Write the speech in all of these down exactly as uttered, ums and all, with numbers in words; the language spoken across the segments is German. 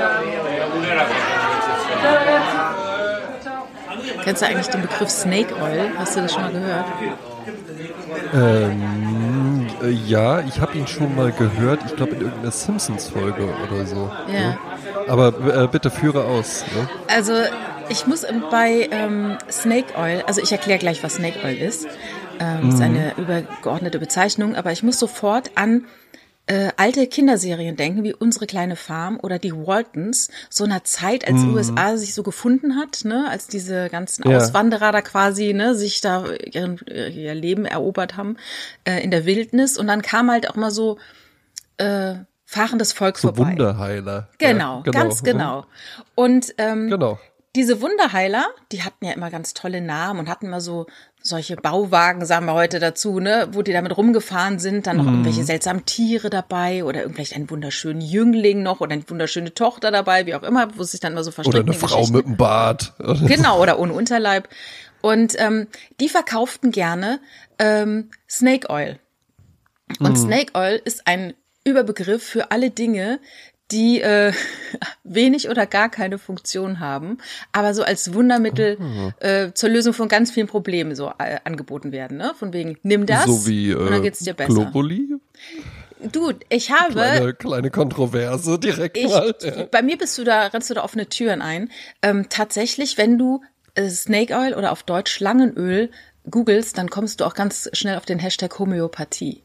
Kennst du eigentlich den Begriff Snake Oil? Hast du das schon mal gehört? Ähm, äh, ja, ich habe ihn schon mal gehört. Ich glaube in irgendeiner Simpsons-Folge oder so. Ja. Ne? Aber äh, bitte führe aus. Ne? Also ich muss bei ähm, Snake Oil, also ich erkläre gleich, was Snake Oil ist. Ähm, mhm. Ist eine übergeordnete Bezeichnung, aber ich muss sofort an äh, alte Kinderserien denken, wie Unsere kleine Farm oder die Waltons, so einer Zeit, als mhm. U S A sich so gefunden hat, ne, als diese ganzen ja. Auswanderer da quasi, ne, sich da ihren, ihr Leben erobert haben äh, in der Wildnis, und dann kam halt auch mal so äh, fahrendes Volk so vorbei. Wunderheiler. Genau, ja, genau, ganz genau. Und ähm, genau. diese Wunderheiler, die hatten ja immer ganz tolle Namen und hatten immer so solche Bauwagen, sagen wir heute dazu, ne, wo die damit rumgefahren sind, dann noch mm. irgendwelche seltsamen Tiere dabei oder irgendwelche einen wunderschönen Jüngling noch oder eine wunderschöne Tochter dabei, wie auch immer, wo es sich dann immer so verstrickt. Oder eine Frau mit einem Bart. Genau, oder ohne Unterleib. Und ähm, die verkauften gerne ähm, Snake Oil. Und mm. Snake Oil ist ein Überbegriff für alle Dinge, die äh, wenig oder gar keine Funktion haben, aber so als Wundermittel oh. äh, zur Lösung von ganz vielen Problemen so äh, angeboten werden, ne? Von wegen, nimm das so wie, äh, und dann geht's dir besser. Globuli? Du, ich habe kleine, kleine Kontroverse direkt ich, mal. Ja. Bei mir bist du da, rennst du da offene Türen ein. Ähm, tatsächlich, wenn du äh, Snake Oil oder auf Deutsch Schlangenöl googelst, dann kommst du auch ganz schnell auf den Hashtag Homöopathie.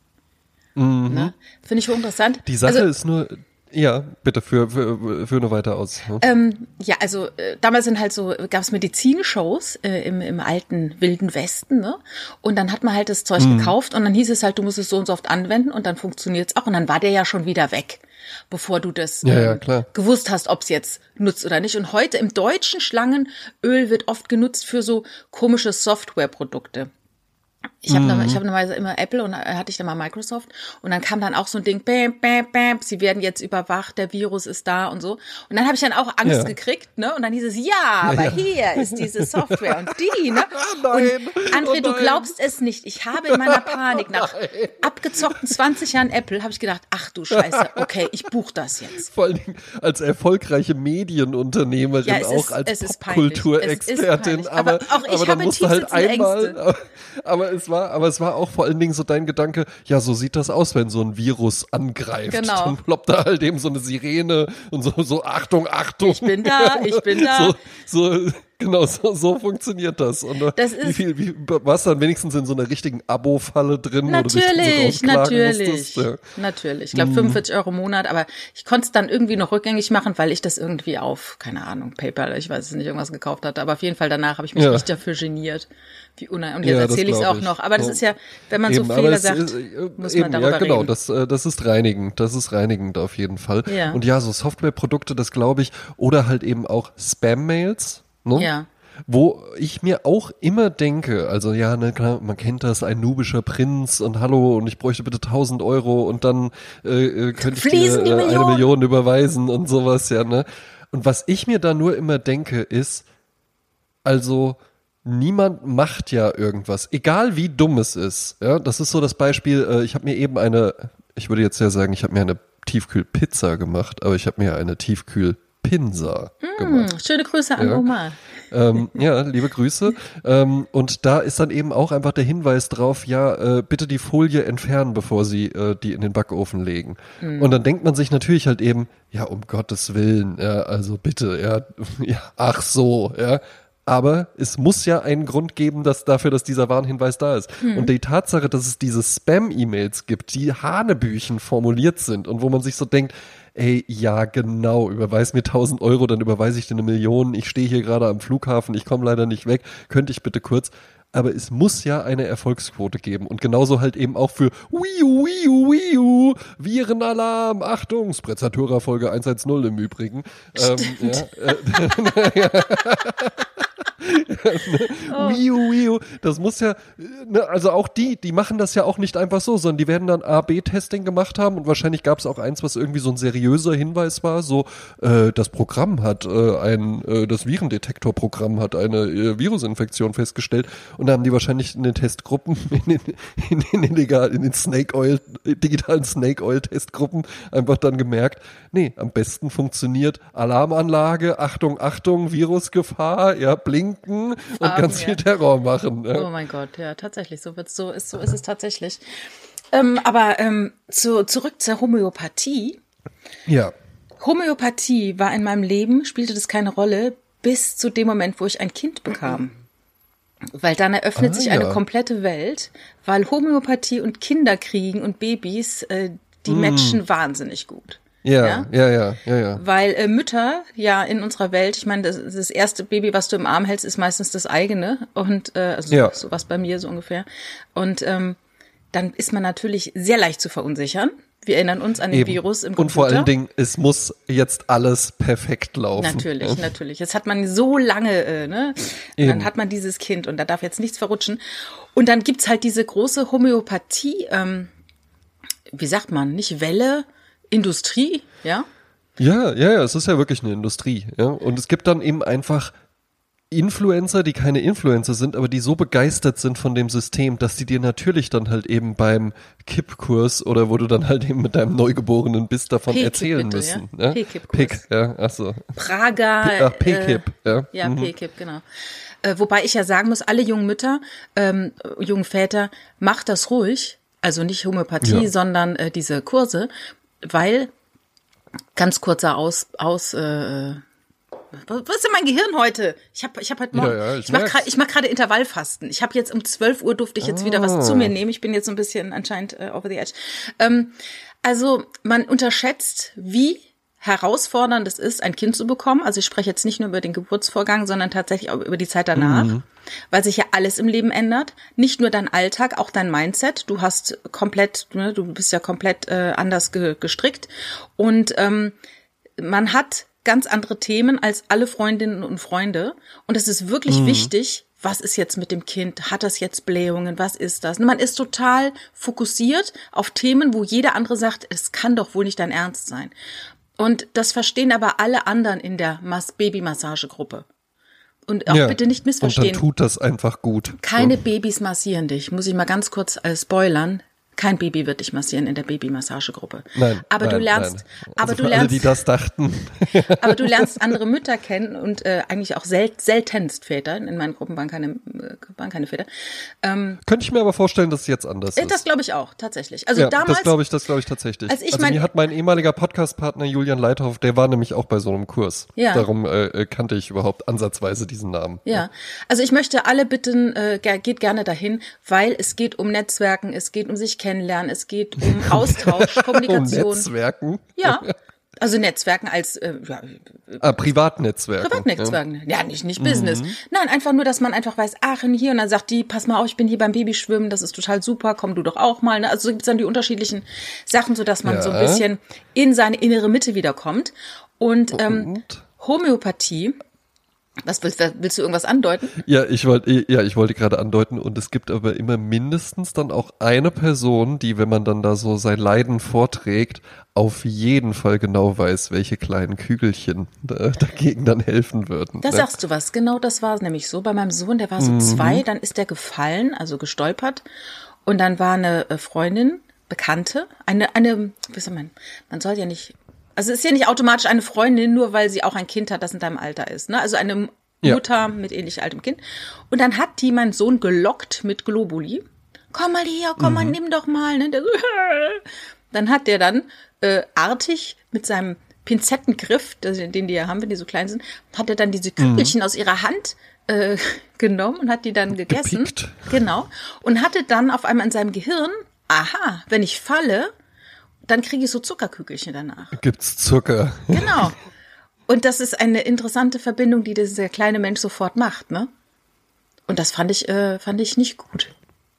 Mhm. Ne? Finde ich hochinteressant. Die Sache also, ist nur, ja, bitte, führ, führ, führ nur weiter aus. Ne? Ähm, ja, also äh, damals sind halt so, gab es Medizinshows äh, im, im alten Wilden Westen, ne? Und dann hat man halt das Zeug mhm. gekauft und dann hieß es halt, du musst es so und so oft anwenden und dann funktioniert's auch. Und dann war der ja schon wieder weg, bevor du das ja, ähm, ja, klar. gewusst hast, ob's jetzt nutzt oder nicht. Und heute im deutschen Schlangenöl wird oft genutzt für so komische Softwareprodukte. Ich habe mhm. ich hab normalerweise immer Apple und äh, hatte ich dann mal Microsoft und dann kam dann auch so ein Ding, bam, bam, bam, sie werden jetzt überwacht, der Virus ist da und so. Und dann habe ich dann auch Angst ja. gekriegt, ne? Und dann hieß es, ja, aber ja. hier ist diese Software und die, ne? Nein. Und André, oh du glaubst es nicht, ich habe in meiner Panik nach nein. abgezockten zwanzig Jahren Apple, habe ich gedacht, ach du Scheiße, okay, ich buche das jetzt. Vor allem als erfolgreiche Medienunternehmerin, ja, auch ist, als Popkulturexpertin, aber, aber auch ich aber habe dann musst du halt einmal, Ängste. aber, aber es war, aber es war auch vor allen Dingen so dein Gedanke, ja, so sieht das aus, wenn so ein Virus angreift. Genau. Dann ploppt da halt eben so eine Sirene und so, so Achtung, Achtung. Ich bin da, ich bin da. So, so genau, so, so funktioniert das. Und das wie ist viel, wie, warst du dann wenigstens in so einer richtigen Abo-Falle drin? Natürlich, wo du natürlich, musstest? Ja. natürlich. Ich glaube fünfundvierzig Euro im Monat, aber ich konnte es dann irgendwie noch rückgängig machen, weil ich das irgendwie auf, keine Ahnung, PayPal, ich weiß es nicht, irgendwas gekauft hatte. Aber auf jeden Fall danach habe ich mich ja. nicht dafür geniert. Wie unheimlich. Und jetzt ja, erzähle ich es auch ich. noch. Aber das ist ja, wenn man eben, so Fehler sagt, ist, äh, muss eben, man darüber ja, genau, reden. Das, das ist reinigend. Das ist reinigend auf jeden Fall. Ja. Und ja, so Softwareprodukte, das glaube ich, oder halt eben auch Spam-Mails, ne? Ja. Wo ich mir auch immer denke, also ja, ne, klar, man kennt das, ein nubischer Prinz und hallo und ich bräuchte bitte tausend Euro und dann äh, könnte ich dir äh, eine Million überweisen und sowas, ja, ne. Und was ich mir da nur immer denke, ist, also niemand macht ja irgendwas, egal wie dumm es ist, ja, das ist so das Beispiel, äh, ich habe mir eben eine, ich würde jetzt ja sagen, ich habe mir eine Tiefkühlpizza gemacht, aber ich habe mir eine Tiefkühlpinsa mm, gemacht. Schöne Grüße an ja. Oma. ähm, ja, liebe Grüße. Ähm, und da ist dann eben auch einfach der Hinweis drauf, ja, äh, bitte die Folie entfernen, bevor Sie äh, die in den Backofen legen. Mhm. Und dann denkt man sich natürlich halt eben, ja, um Gottes Willen, ja, also bitte, ja, ja, ach so, ja. Aber es muss ja einen Grund geben, dass dafür, dass dieser Warnhinweis da ist. Hm. Und die Tatsache, dass es diese Spam-E-Mails gibt, die hanebüchen formuliert sind und wo man sich so denkt, ey, ja genau, überweis mir tausend Euro, dann überweise ich dir eine Million, ich stehe hier gerade am Flughafen, ich komme leider nicht weg, könnte ich bitte kurz. Aber es muss ja eine Erfolgsquote geben und genauso halt eben auch für Wiu, Wiu, Wiu, Virenalarm, Achtung, Sprezzatura Folge hundertzehn im Übrigen. Ähm, ja, äh, Oh. Wiu, wiu. Das muss ja, ne, also auch die, die machen das ja auch nicht einfach so, sondern die werden dann A B Testing gemacht haben und wahrscheinlich gab es auch eins, was irgendwie so ein seriöser Hinweis war, so, äh, das Programm hat äh, ein, äh, das Virendetektorprogramm hat eine äh, Virusinfektion festgestellt und da haben die wahrscheinlich in den Testgruppen, in den, in den, illegal, in den Snake Oil, digitalen Snake Oil Testgruppen einfach dann gemerkt, nee, am besten funktioniert Alarmanlage, Achtung, Achtung, Virusgefahr, ja, blinken und Farben, ganz viel ja. Terror machen. Ja. Oh mein Gott, ja, tatsächlich, so wird's, so ist, so ist es tatsächlich. Ähm, aber ähm, zu, zurück zur Homöopathie. Ja. Homöopathie war in meinem Leben, spielte das keine Rolle, bis zu dem Moment, wo ich ein Kind bekam. Weil dann eröffnet Ah, sich ja. eine komplette Welt, weil Homöopathie und Kinderkriegen und Babys, äh, die Mm. matchen wahnsinnig gut. Ja, Ja? ja, ja, ja, ja. Weil äh, Mütter ja in unserer Welt, ich meine, das, das erste Baby, was du im Arm hältst, ist meistens das eigene und äh, also Ja. so was bei mir so ungefähr. Und ähm, dann ist man natürlich sehr leicht zu verunsichern. Wir erinnern uns an den Eben. Virus im Und Computer. vor allen Dingen, es muss jetzt alles perfekt laufen. Natürlich, Ja. natürlich. Jetzt hat man so lange, äh, ne? Und Eben. dann hat man dieses Kind und da darf jetzt nichts verrutschen. Und dann gibt's halt diese große Homöopathie, ähm, wie sagt man, nicht Welle, Industrie, ja? Ja, ja, ja, es ist ja wirklich eine Industrie. Ja? Und es gibt dann eben einfach Influencer, die keine Influencer sind, aber die so begeistert sind von dem System, dass die dir natürlich dann halt eben beim Kippkurs oder wo du dann halt eben mit deinem Neugeborenen bist, davon P-Kipp erzählen bitte, müssen. ja? Ja? P-Kipp-Kurs. Pick, ja, ach so. Prager. P- ach, P-Kipp, äh, ja. Ja, Mhm. P-Kipp, genau. Äh, wobei ich ja sagen muss, alle jungen Mütter, ähm, jungen Väter, macht das ruhig. Also nicht Homöopathie, Ja. sondern äh, diese Kurse, weil, ganz kurzer Aus, aus äh, was ist denn mein Gehirn heute? Ich habe ich hab heute Morgen, Ja, ja, ich ich mache merk's. gerade ich mach gerade Intervallfasten. Ich habe jetzt um zwölf Uhr durfte ich jetzt wieder was Ah. zu mir nehmen. Ich bin jetzt so ein bisschen anscheinend äh, over the edge. Ähm, also man unterschätzt, wie herausfordernd es ist, ein Kind zu bekommen. Also ich spreche jetzt nicht nur über den Geburtsvorgang, sondern tatsächlich auch über die Zeit danach, Mhm. weil sich ja alles im Leben ändert. Nicht nur dein Alltag, auch dein Mindset. Du hast komplett, ne, du bist ja komplett äh, anders ge- gestrickt und ähm, man hat ganz andere Themen als alle Freundinnen und Freunde. Und es ist wirklich Mhm. wichtig, was ist jetzt mit dem Kind? Hat das jetzt Blähungen? Was ist das? Man ist total fokussiert auf Themen, wo jeder andere sagt, es kann doch wohl nicht dein Ernst sein. Und das verstehen aber alle anderen in der Mas- Babymassagegruppe. Und auch Ja. bitte nicht Und missverstehen. dann tut das einfach gut. Keine So. Babys massieren dich. Muss ich mal ganz kurz äh, spoilern. Kein Baby wird dich massieren in der Babymassagegruppe. Nein, aber nein, du lernst, nein. aber Also du für alle, lernst, die das dachten. aber du lernst andere Mütter kennen und äh, eigentlich auch sel seltenst Väter. In meinen Gruppen waren keine, äh, waren keine Väter. Ähm, Könnte ich mir aber vorstellen, dass es jetzt anders äh, ist. das glaube ich auch tatsächlich. Also ja, damals. das glaube ich, das glaube ich tatsächlich. als ich also mein- mir hat mein ehemaliger Podcast-Partner Julian Leithoff, der war nämlich auch bei so einem Kurs. Ja. Darum äh, kannte ich überhaupt ansatzweise diesen Namen. Ja, also ich möchte alle bitten, äh, ge- geht gerne dahin, weil es geht um Netzwerken, es geht um sich kennenlernen, es geht um Austausch, Um Kommunikation. Netzwerken. Ja, also Netzwerken als äh, ja, Ah, Privatnetzwerken. Privatnetzwerken. Ja, nicht, nicht Business. Nein, einfach nur, dass man einfach weiß, ach, und hier, und dann sagt die, pass mal auf, ich bin hier beim Babyschwimmen, das ist total super, komm du doch auch mal. Ne? Also so gibt's dann die unterschiedlichen Sachen, so dass man Ja. so ein bisschen in seine innere Mitte wiederkommt. Und, ähm, Und? Homöopathie, was willst, willst du irgendwas andeuten? Ja, ich wollte, ja, ich wollte gerade andeuten, und es gibt aber immer mindestens dann auch eine Person, die, wenn man dann da so sein Leiden vorträgt, auf jeden Fall genau weiß, welche kleinen Kügelchen da, dagegen dann helfen würden. Da ne? sagst du was. Genau das war nämlich so. Bei meinem Sohn, der war so Mhm. zwei, dann ist der gefallen, also gestolpert. Und dann war eine äh, Freundin, Bekannte, eine, eine, wie soll man, man soll ja nicht, also es ist ja nicht automatisch eine Freundin, nur weil sie auch ein Kind hat, das in deinem Alter ist. Ne? Also eine Ja. Mutter mit ähnlich altem Kind. Und dann hat die meinen Sohn gelockt mit Globuli. Komm mal hier, komm mal, nimm doch mal. Ne? Der so, dann hat der dann äh, artig mit seinem Pinzettengriff, das- den die ja haben, wenn die so klein sind, hat er dann diese Kügelchen aus ihrer Hand äh, genommen und hat die dann gegessen. Gepickt. Genau. Und hatte dann auf einmal in seinem Gehirn, aha, wenn ich falle, dann kriege ich so Zuckerkügelchen danach. Gibt's Zucker? Genau. Und das ist eine interessante Verbindung, die dieser kleine Mensch sofort macht, ne? Und das fand ich, äh, fand ich nicht gut.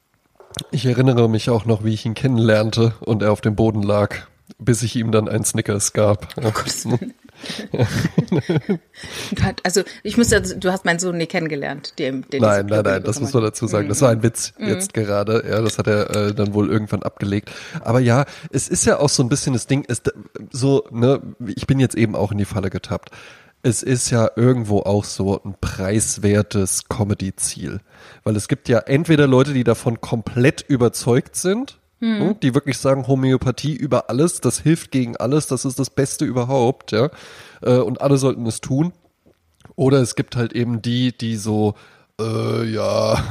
Ich erinnere mich auch noch, wie ich ihn kennenlernte und er auf dem Boden lag, bis ich ihm dann ein Snickers gab. Oh Gottes Willen. Also ich muss ja, du hast meinen Sohn nie kennengelernt. Den, den nein, nein, nein, das muss man dazu sagen. Das war ein Witz mhm. jetzt gerade. Ja, das hat er äh, dann wohl irgendwann abgelegt. Aber ja, es ist ja auch so ein bisschen das Ding, ist so, ne, ich bin jetzt eben auch in die Falle getappt. Es ist ja irgendwo auch so ein preiswertes Comedy-Ziel. Weil es gibt ja entweder Leute, die davon komplett überzeugt sind, hm. die wirklich sagen, Homöopathie über alles, das hilft gegen alles, das ist das Beste überhaupt, ja. Und alle sollten es tun. Oder es gibt halt eben die, die so, äh, ja,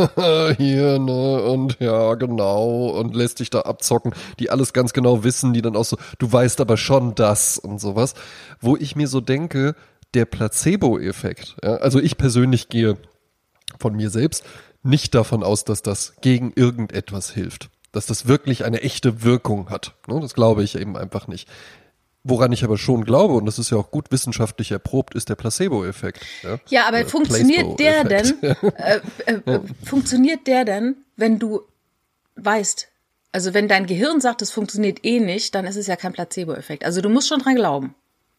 hier, ne, und ja, genau, und lässt dich da abzocken, die alles ganz genau wissen, die dann auch so, du weißt aber schon das und sowas. Wo ich mir so denke, der Placebo-Effekt, ja, also ich persönlich gehe von mir selbst nicht davon aus, dass das gegen irgendetwas hilft. Dass das wirklich eine echte Wirkung hat. Das glaube ich eben einfach nicht. Woran ich aber schon glaube, und das ist ja auch gut wissenschaftlich erprobt, ist der Placebo-Effekt. Ja, ja aber äh, funktioniert der denn, äh, äh, äh, funktioniert der denn, wenn du weißt, also wenn dein Gehirn sagt, es funktioniert eh nicht, dann ist es ja kein Placebo-Effekt. Also du musst schon dran glauben.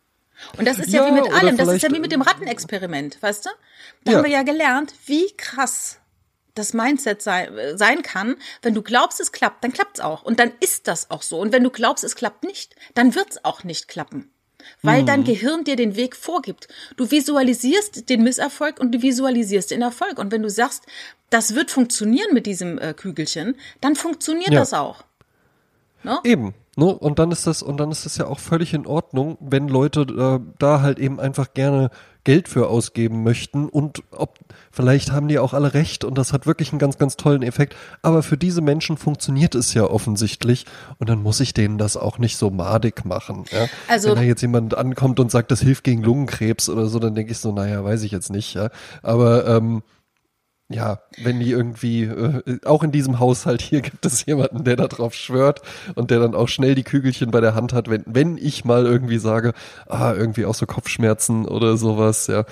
Und das ist ja, ja wie mit allem, das ist ja wie mit dem Rattenexperiment, weißt du? Da ja. haben wir ja gelernt, wie krass das Mindset sein, sein kann. Wenn du glaubst, es klappt, dann klappt's auch. Und dann ist das auch so. Und wenn du glaubst, es klappt nicht, dann wird's auch nicht klappen. Weil hm. dein Gehirn dir den Weg vorgibt. Du visualisierst den Misserfolg und du visualisierst den Erfolg. Und wenn du sagst, das wird funktionieren mit diesem äh, Kügelchen, dann funktioniert ja. das auch. No? Eben. Ne? Und dann ist das, und dann ist das ja auch völlig in Ordnung, wenn Leute äh, da halt eben einfach gerne Geld für ausgeben möchten und ob, vielleicht haben die auch alle recht und das hat wirklich einen ganz, ganz tollen Effekt, aber für diese Menschen funktioniert es ja offensichtlich und dann muss ich denen das auch nicht so madig machen. Ja? Also, wenn da jetzt jemand ankommt und sagt, das hilft gegen Lungenkrebs oder so, dann denke ich so, naja, weiß ich jetzt nicht, ja, aber ähm, ja, wenn die irgendwie, äh, auch in diesem Haushalt hier gibt es jemanden, der da drauf schwört und der dann auch schnell die Kügelchen bei der Hand hat, wenn wenn ich mal irgendwie sage, ah, irgendwie auch so Kopfschmerzen oder sowas, ja.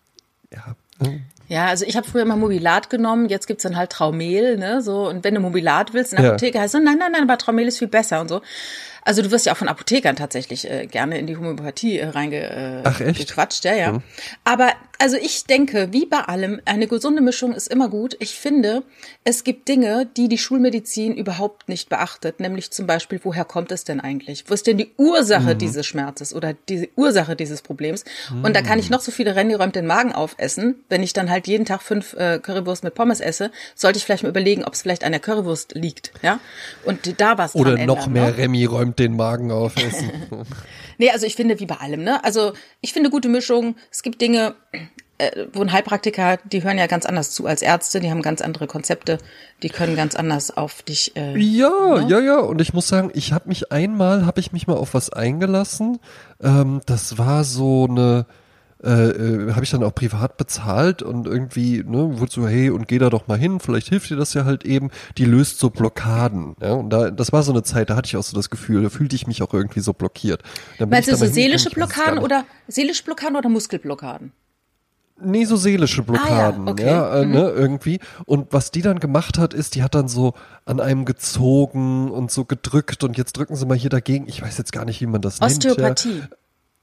Ja, ja, also ich habe früher immer Mobilat genommen, jetzt gibt's dann halt Traumel, ne, so, und wenn du Mobilat willst in der Apotheke, ja. heißt es, nein, nein, nein, aber Traumel ist viel besser und so. Also du wirst ja auch von Apothekern tatsächlich äh, gerne in die Homöopathie äh, reingequatscht, äh, ja, ja. Mhm. Aber also ich denke, wie bei allem, eine gesunde Mischung ist immer gut. Ich finde, es gibt Dinge, die die Schulmedizin überhaupt nicht beachtet, nämlich zum Beispiel, woher kommt es denn eigentlich? Wo ist denn die Ursache mhm. dieses Schmerzes oder die Ursache dieses Problems? Mhm. Und da kann ich noch so viele Renny räumt den Magen aufessen, wenn ich dann halt jeden Tag fünf äh, Currywurst mit Pommes esse, sollte ich vielleicht mal überlegen, ob es vielleicht an der Currywurst liegt, ja? Und da was dran Oder ändern, noch mehr ne? Remy räumt den Magen aufessen. Nee, also ich finde, wie bei allem, ne? Also ich finde gute Mischung. Es gibt Dinge, äh, wo ein Heilpraktiker, die hören ja ganz anders zu als Ärzte, die haben ganz andere Konzepte, die können ganz anders auf dich. Äh, ja, ne? ja, ja. Und ich muss sagen, ich habe mich einmal, habe ich mich mal auf was eingelassen. Ähm, das war so eine, äh, äh, habe ich dann auch privat bezahlt und irgendwie, ne, wurde so, hey, und geh da doch mal hin, vielleicht hilft dir das ja halt eben, die löst so Blockaden, ja, und da, das war so eine Zeit, da hatte ich auch so das Gefühl, da fühlte ich mich auch irgendwie so blockiert. Meinst du so seelische Blockaden oder, seelische Blockaden oder Muskelblockaden? Nee, so seelische Blockaden, ah, ja, okay. ja äh, mhm. ne, irgendwie. Und was die dann gemacht hat, ist, die hat dann so an einem gezogen und so gedrückt und jetzt drücken sie mal hier dagegen, ich weiß jetzt gar nicht, wie man das nennt. Osteopathie. Ja.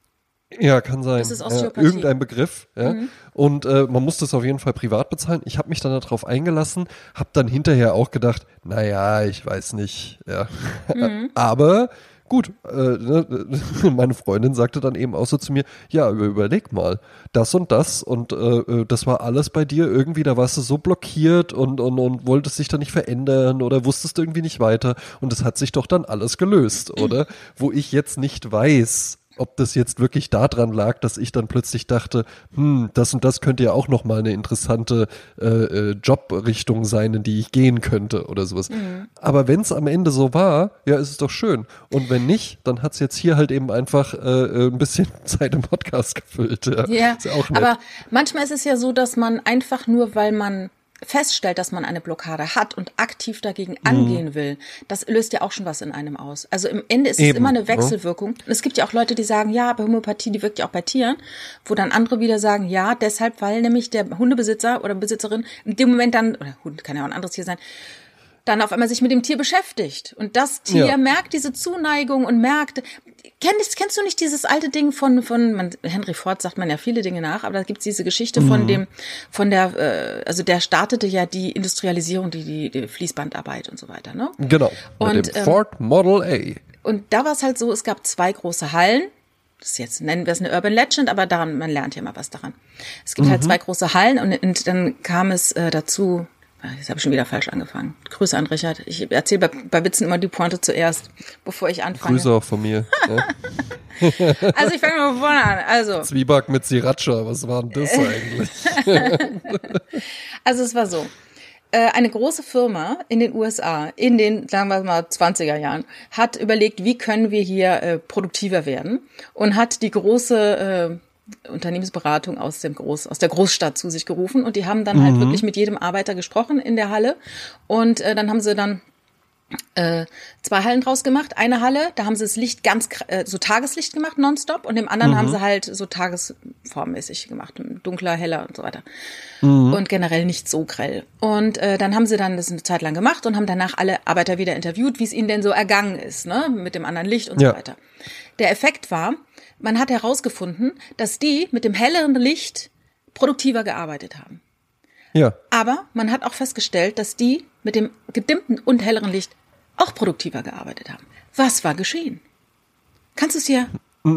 Ja, kann sein. Das ist Osteopathie. Ja, irgendein Begriff. Ja. Mhm. Und äh, man muss das auf jeden Fall privat bezahlen. Ich habe mich dann darauf eingelassen, habe dann hinterher auch gedacht, naja, ich weiß nicht. Ja. Mhm. Aber gut, äh, meine Freundin sagte dann eben auch so zu mir, ja, überleg mal, das und das und äh, das war alles bei dir irgendwie, da warst du so blockiert und, und, und wolltest dich da nicht verändern oder wusstest irgendwie nicht weiter und es hat sich doch dann alles gelöst, oder? Mhm. Wo ich jetzt nicht weiß, ob das jetzt wirklich daran lag, dass ich dann plötzlich dachte, hm, das und das könnte ja auch nochmal eine interessante äh, Jobrichtung sein, in die ich gehen könnte oder sowas. Mhm. Aber wenn es am Ende so war, ja, ist es doch schön. Und wenn nicht, dann hat es jetzt hier halt eben einfach äh, ein bisschen Zeit im Podcast gefüllt. Ja, ja, ist ja auch nett. Aber manchmal ist es ja so, dass man einfach nur, weil man feststellt, dass man eine Blockade hat und aktiv dagegen angehen will, das löst ja auch schon was in einem aus. Also im Ende ist es Eben, immer eine Wechselwirkung. Und es gibt ja auch Leute, die sagen, ja, aber Homöopathie, die wirkt ja auch bei Tieren, wo dann andere wieder sagen, ja, deshalb, weil nämlich der Hundebesitzer oder Besitzerin in dem Moment dann, oder Hund kann ja auch ein anderes Tier sein, dann auf einmal sich mit dem Tier beschäftigt. Und das Tier Ja. merkt diese Zuneigung und merkt, kennst, kennst du nicht dieses alte Ding von, von man, Henry Ford sagt man ja viele Dinge nach, aber da gibt's diese Geschichte von Mhm. dem, von der, äh, also der startete ja die Industrialisierung, die, die, die Fließbandarbeit und so weiter, ne? Genau, mit Und, dem ähm, Ford Model A. Und da war es halt so, es gab zwei große Hallen. Das ist jetzt, nennen wir es eine Urban Legend, aber daran, man lernt ja mal was daran. Es gibt Mhm. halt zwei große Hallen und, und dann kam es äh, dazu, ah, jetzt habe ich schon wieder falsch angefangen. Grüße an Richard. Ich erzähle bei, bei Witzen immer die Pointe zuerst, bevor ich anfange. Grüße auch von mir. Ja. Also ich fange mal von vorne an. Also, Zwieback mit Sriracha, was war denn das eigentlich? also es war so. Äh, Eine große Firma in den U S A in den, sagen wir mal, zwanziger Jahren hat überlegt, wie können wir hier äh, produktiver werden und hat die große äh, Unternehmensberatung aus dem Groß, aus der Großstadt zu sich gerufen und die haben dann halt wirklich mit jedem Arbeiter gesprochen in der Halle und äh, dann haben sie dann äh, zwei Hallen draus gemacht. Eine Halle, da haben sie das Licht ganz, äh, so Tageslicht gemacht, nonstop. Und im anderen Mhm. haben sie halt so tagesformmäßig gemacht, dunkler, heller und so weiter. Mhm. Und generell nicht so grell. Und äh, dann haben sie dann das eine Zeit lang gemacht und haben danach alle Arbeiter wieder interviewt, wie es ihnen denn so ergangen ist, ne, mit dem anderen Licht und Ja. so weiter. Der Effekt war, man hat herausgefunden, dass die mit dem helleren Licht produktiver gearbeitet haben. Ja. Aber man hat auch festgestellt, dass die mit dem gedimmten und helleren Licht auch produktiver gearbeitet haben. Was war geschehen? Kannst du es dir...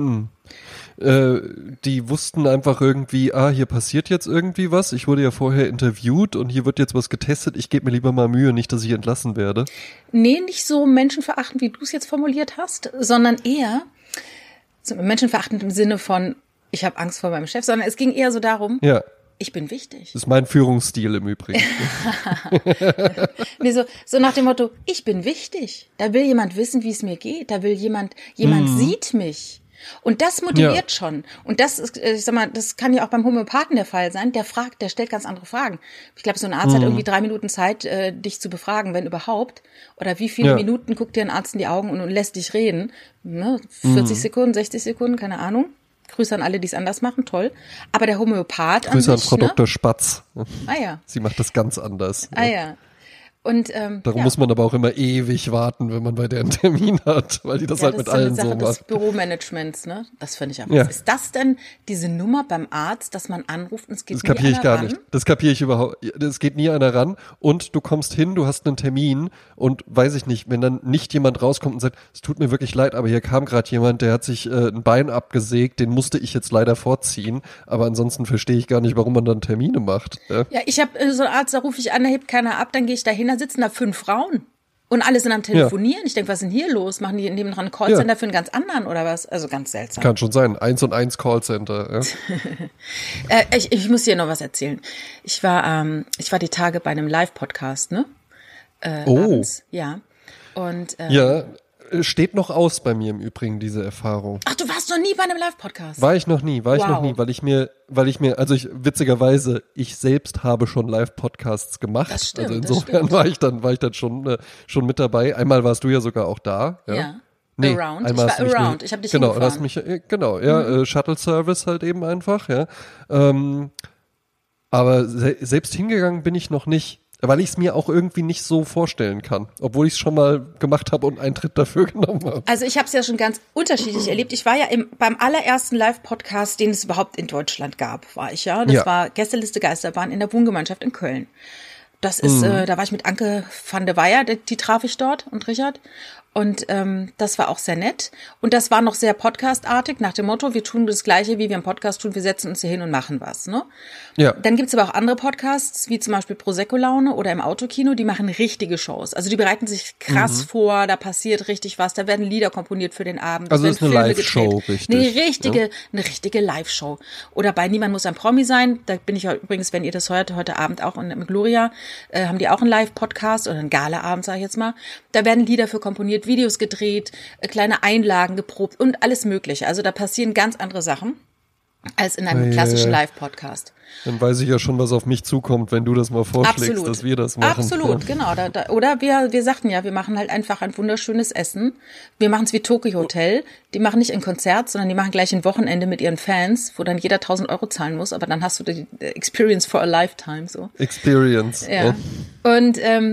Äh, die wussten einfach irgendwie, ah, hier passiert jetzt irgendwie was. Ich wurde ja vorher interviewt und hier wird jetzt was getestet. Ich gebe mir lieber mal Mühe, nicht, dass ich entlassen werde. Nee, nicht so menschenverachtend, wie du es jetzt formuliert hast, sondern eher so menschenverachtend im Sinne von, ich habe Angst vor meinem Chef, sondern es ging eher so darum, Ja, ich bin wichtig. das ist mein Führungsstil im Übrigen. Nee, so, so nach dem Motto, ich bin wichtig. Da will jemand wissen, wie es mir geht. Da will jemand, jemand sieht mich. Und das motiviert Ja. schon. Und das ist, ich sag mal, das kann ja auch beim Homöopathen der Fall sein. Der fragt, der stellt ganz andere Fragen. Ich glaube, so ein Arzt hat irgendwie drei Minuten Zeit, äh, dich zu befragen, wenn überhaupt. Oder wie viele Ja. Minuten guckt dir ein Arzt in die Augen und, und lässt dich reden? Ne? vierzig Sekunden, sechzig Sekunden, keine Ahnung. Grüße an alle, die es anders machen, toll. Aber der Homöopath Grüße an an sich, Frau ne? Doktor Spatz. Ah ja, Sie macht das ganz anders. ah ja. Und ähm, Darum ja. muss man aber auch immer ewig warten, wenn man bei der einen Termin hat, weil die das Ja, halt das mit ist so eine allen Sache so des macht. Büromanagements, ne? Das finde ich aber. Ja. Ist das denn diese Nummer beim Arzt, dass man anruft und es geht Das nie kapiere ich einer gar ran? nicht. Das kapiere ich überhaupt. Es geht nie einer ran und du kommst hin, du hast einen Termin und weiß ich nicht, wenn dann nicht jemand rauskommt und sagt, es tut mir wirklich leid, aber hier kam gerade jemand, der hat sich äh, ein Bein abgesägt, den musste ich jetzt leider vorziehen, aber ansonsten verstehe ich gar nicht, warum man dann Termine macht. Ja, Ja, ich habe äh, so einen Arzt, da rufe ich an, da hebt keiner ab, dann gehe ich da hin, da sitzen da fünf Frauen. Und alle sind am Telefonieren. Ich denke, was ist denn hier los? Machen die nebendran einen Callcenter Ja. für einen ganz anderen oder was? Also ganz seltsam. kann schon sein. Eins und eins Callcenter. Ja. Äh, ich, ich muss dir noch was erzählen. Ich war, ähm, ich war die Tage bei einem Live-Podcast, ne? Äh, Oh. abends. Ja. Und ähm, Ja, äh, steht noch aus bei mir im Übrigen, diese Erfahrung. ach, du warst noch nie bei einem Live-Podcast. War ich noch nie, war ich Wow. noch nie, weil ich mir, weil ich mir, also ich, witzigerweise, ich selbst habe schon Live-Podcasts gemacht. Das stimmt, also das insofern stimmt. war ich dann, war ich dann schon, äh, schon mit dabei. Einmal warst du ja sogar auch da. Ja. Ja. Nee, Around. einmal Ich hast war du mich around. Nicht, Ich hab dich genau, du hast hingefahren. mich, äh, genau, ja, äh, Shuttle Service halt eben einfach, ja. Ähm, aber se selbst hingegangen bin ich noch nicht, weil ich es mir auch irgendwie nicht so vorstellen kann, obwohl ich es schon mal gemacht habe und Eintritt dafür genommen habe. Also ich habe es ja schon ganz unterschiedlich erlebt. Ich war ja im, beim allerersten Live-Podcast, den es überhaupt in Deutschland gab, war ich ja. Das Ja. war Gästeliste Geisterbahn in der Wohngemeinschaft in Köln. Das ist, äh, da war ich mit Anke van de Weyer, die, die traf ich dort und Richard. Und ähm, das war auch sehr nett. Und das war noch sehr podcastartig, nach dem Motto, wir tun das Gleiche, wie wir im Podcast tun, wir setzen uns hier hin und machen was. Ne? Ja. Dann gibt's aber auch andere Podcasts, wie zum Beispiel Prosecco-Laune oder im Autokino, die machen richtige Shows. Also die bereiten sich krass vor, da passiert richtig was, da werden Lieder komponiert für den Abend. Also es ist eine werden Filme Live-Show, gedreht. richtig, Eine richtige, eine richtige Live-Show. Oder bei Niemand muss ein Promi sein, da bin ich ja übrigens, wenn ihr das hört, heute Abend auch in, mit Gloria, äh, haben die auch einen Live-Podcast oder einen Gala-Abend, sag ich jetzt mal. Da werden Lieder für komponiert, Videos gedreht, äh, kleine Einlagen geprobt und alles mögliche. Also da passieren ganz andere Sachen als in einem Hey, klassischen äh, Live-Podcast. Dann weiß ich ja schon, was auf mich zukommt, wenn du das mal vorschlägst, Absolut. dass wir das machen. Absolut, Ja. genau. Da, da, oder wir, wir sagten ja, wir machen halt einfach ein wunderschönes Essen. Wir machen es wie Tokyo Hotel. Die machen nicht ein Konzert, sondern die machen gleich ein Wochenende mit ihren Fans, wo dann jeder tausend Euro zahlen muss. Aber dann hast du die Experience for a Lifetime, so. Experience. Ja. Und ähm,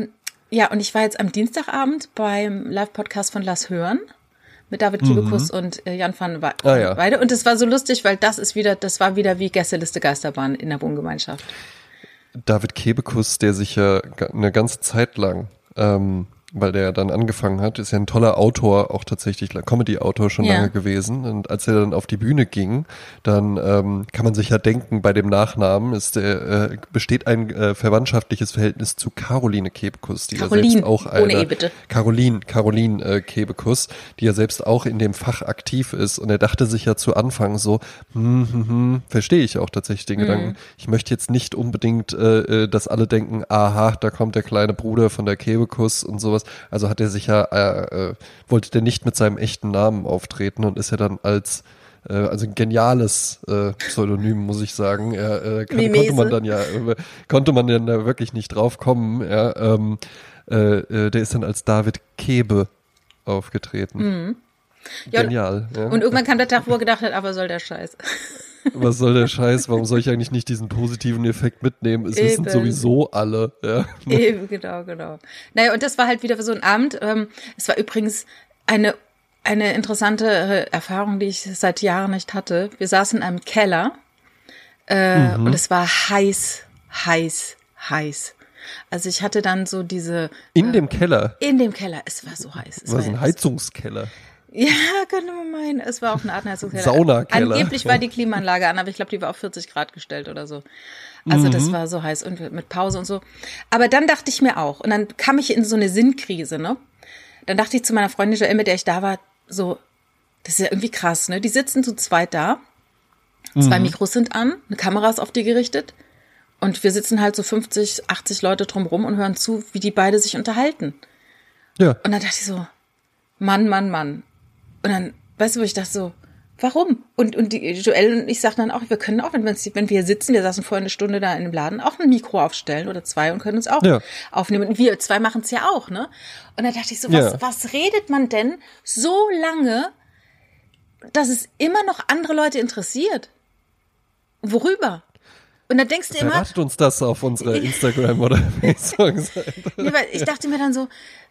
Ja, und ich war jetzt am Dienstagabend beim Live-Podcast von Lass hören mit David Kebekus mhm. und äh, Jan van We- ah, ja. Weide. Und es war so lustig, weil das ist wieder, das war wieder wie Gästeliste Geisterbahn in der Wohngemeinschaft. David Kebekus, der sich ja eine ganze Zeit lang, ähm, weil der dann angefangen hat, ist ja ein toller Autor, auch tatsächlich Comedy-Autor schon ja. lange gewesen. Und als er dann auf die Bühne ging, dann ähm, kann man sich ja denken, bei dem Nachnamen ist der, äh, besteht ein äh, verwandtschaftliches Verhältnis zu Caroline Kebekus, die Caroline, ja selbst auch eine, ohne E bitte. Caroline, Caroline äh, Kebekus, die ja selbst auch in dem Fach aktiv ist. Und er dachte sich ja zu Anfang so, hm, hm, hm, verstehe ich auch tatsächlich den mhm. Gedanken, ich möchte jetzt nicht unbedingt, äh, dass alle denken, aha, da kommt der kleine Bruder von der Kebekus und sowas. Also hat er sich ja, äh, äh, wollte der nicht mit seinem echten Namen auftreten und ist ja dann als, äh, also ein geniales äh, Pseudonym, muss ich sagen. Er, äh, kann, konnte man dann ja, äh, konnte man dann da wirklich nicht drauf kommen. Ja, ähm, äh, äh, der ist dann als David Kebe aufgetreten. Mhm. Ja, Genial. Und, ja. und irgendwann kam der Tag, wo er gedacht hat, aber soll der Scheiß. Was soll der Scheiß? Warum soll ich eigentlich nicht diesen positiven Effekt mitnehmen? Es Eben. wissen sowieso alle. Ja. Eben, genau, genau. Naja, und das war halt wieder so ein Abend. Ähm, es war übrigens eine, eine interessante äh, Erfahrung, die ich seit Jahren nicht hatte. Wir saßen in einem Keller äh, mhm. und es war heiß, heiß, heiß. Also ich hatte dann so diese... In äh, dem Keller? In dem Keller. Es war so heiß. Es war war so ein Heizungskeller. Ja, könnte man meinen. Es war auch eine Art Heizungskeller. Saunakeller. Angeblich war die Klimaanlage an, aber ich glaube, die war auf vierzig Grad gestellt oder so. Also mhm. das war so heiß und mit Pause und so. Aber dann dachte ich mir auch, und dann kam ich in so eine Sinnkrise, ne? Dann dachte ich zu meiner Freundin Joelle, mit der ich da war, so, das ist ja irgendwie krass, ne? Die sitzen zu zweit da, zwei mhm. Mikros sind an, eine Kamera ist auf die gerichtet und wir sitzen halt so fünfzig, achtzig Leute drumrum und hören zu, wie die beide sich unterhalten. Ja. Und dann dachte ich so, Mann, Mann, Mann. Und dann, weißt du, wo ich dachte so, warum? Und, und die Joelle und ich sagten dann auch, wir können auch, wenn wir, wenn wir hier sitzen, wir saßen vorher eine Stunde da in dem Laden, auch ein Mikro aufstellen oder zwei und können uns auch ja. aufnehmen. Und wir zwei machen es ja auch, ne? Und dann dachte ich so, was, ja. was redet man denn so lange, dass es immer noch andere Leute interessiert? Worüber? Und dann denkst du immer... Verratet uns das auf unserer Instagram- oder Facebook-Seite. Nee, weil ich dachte mir dann so,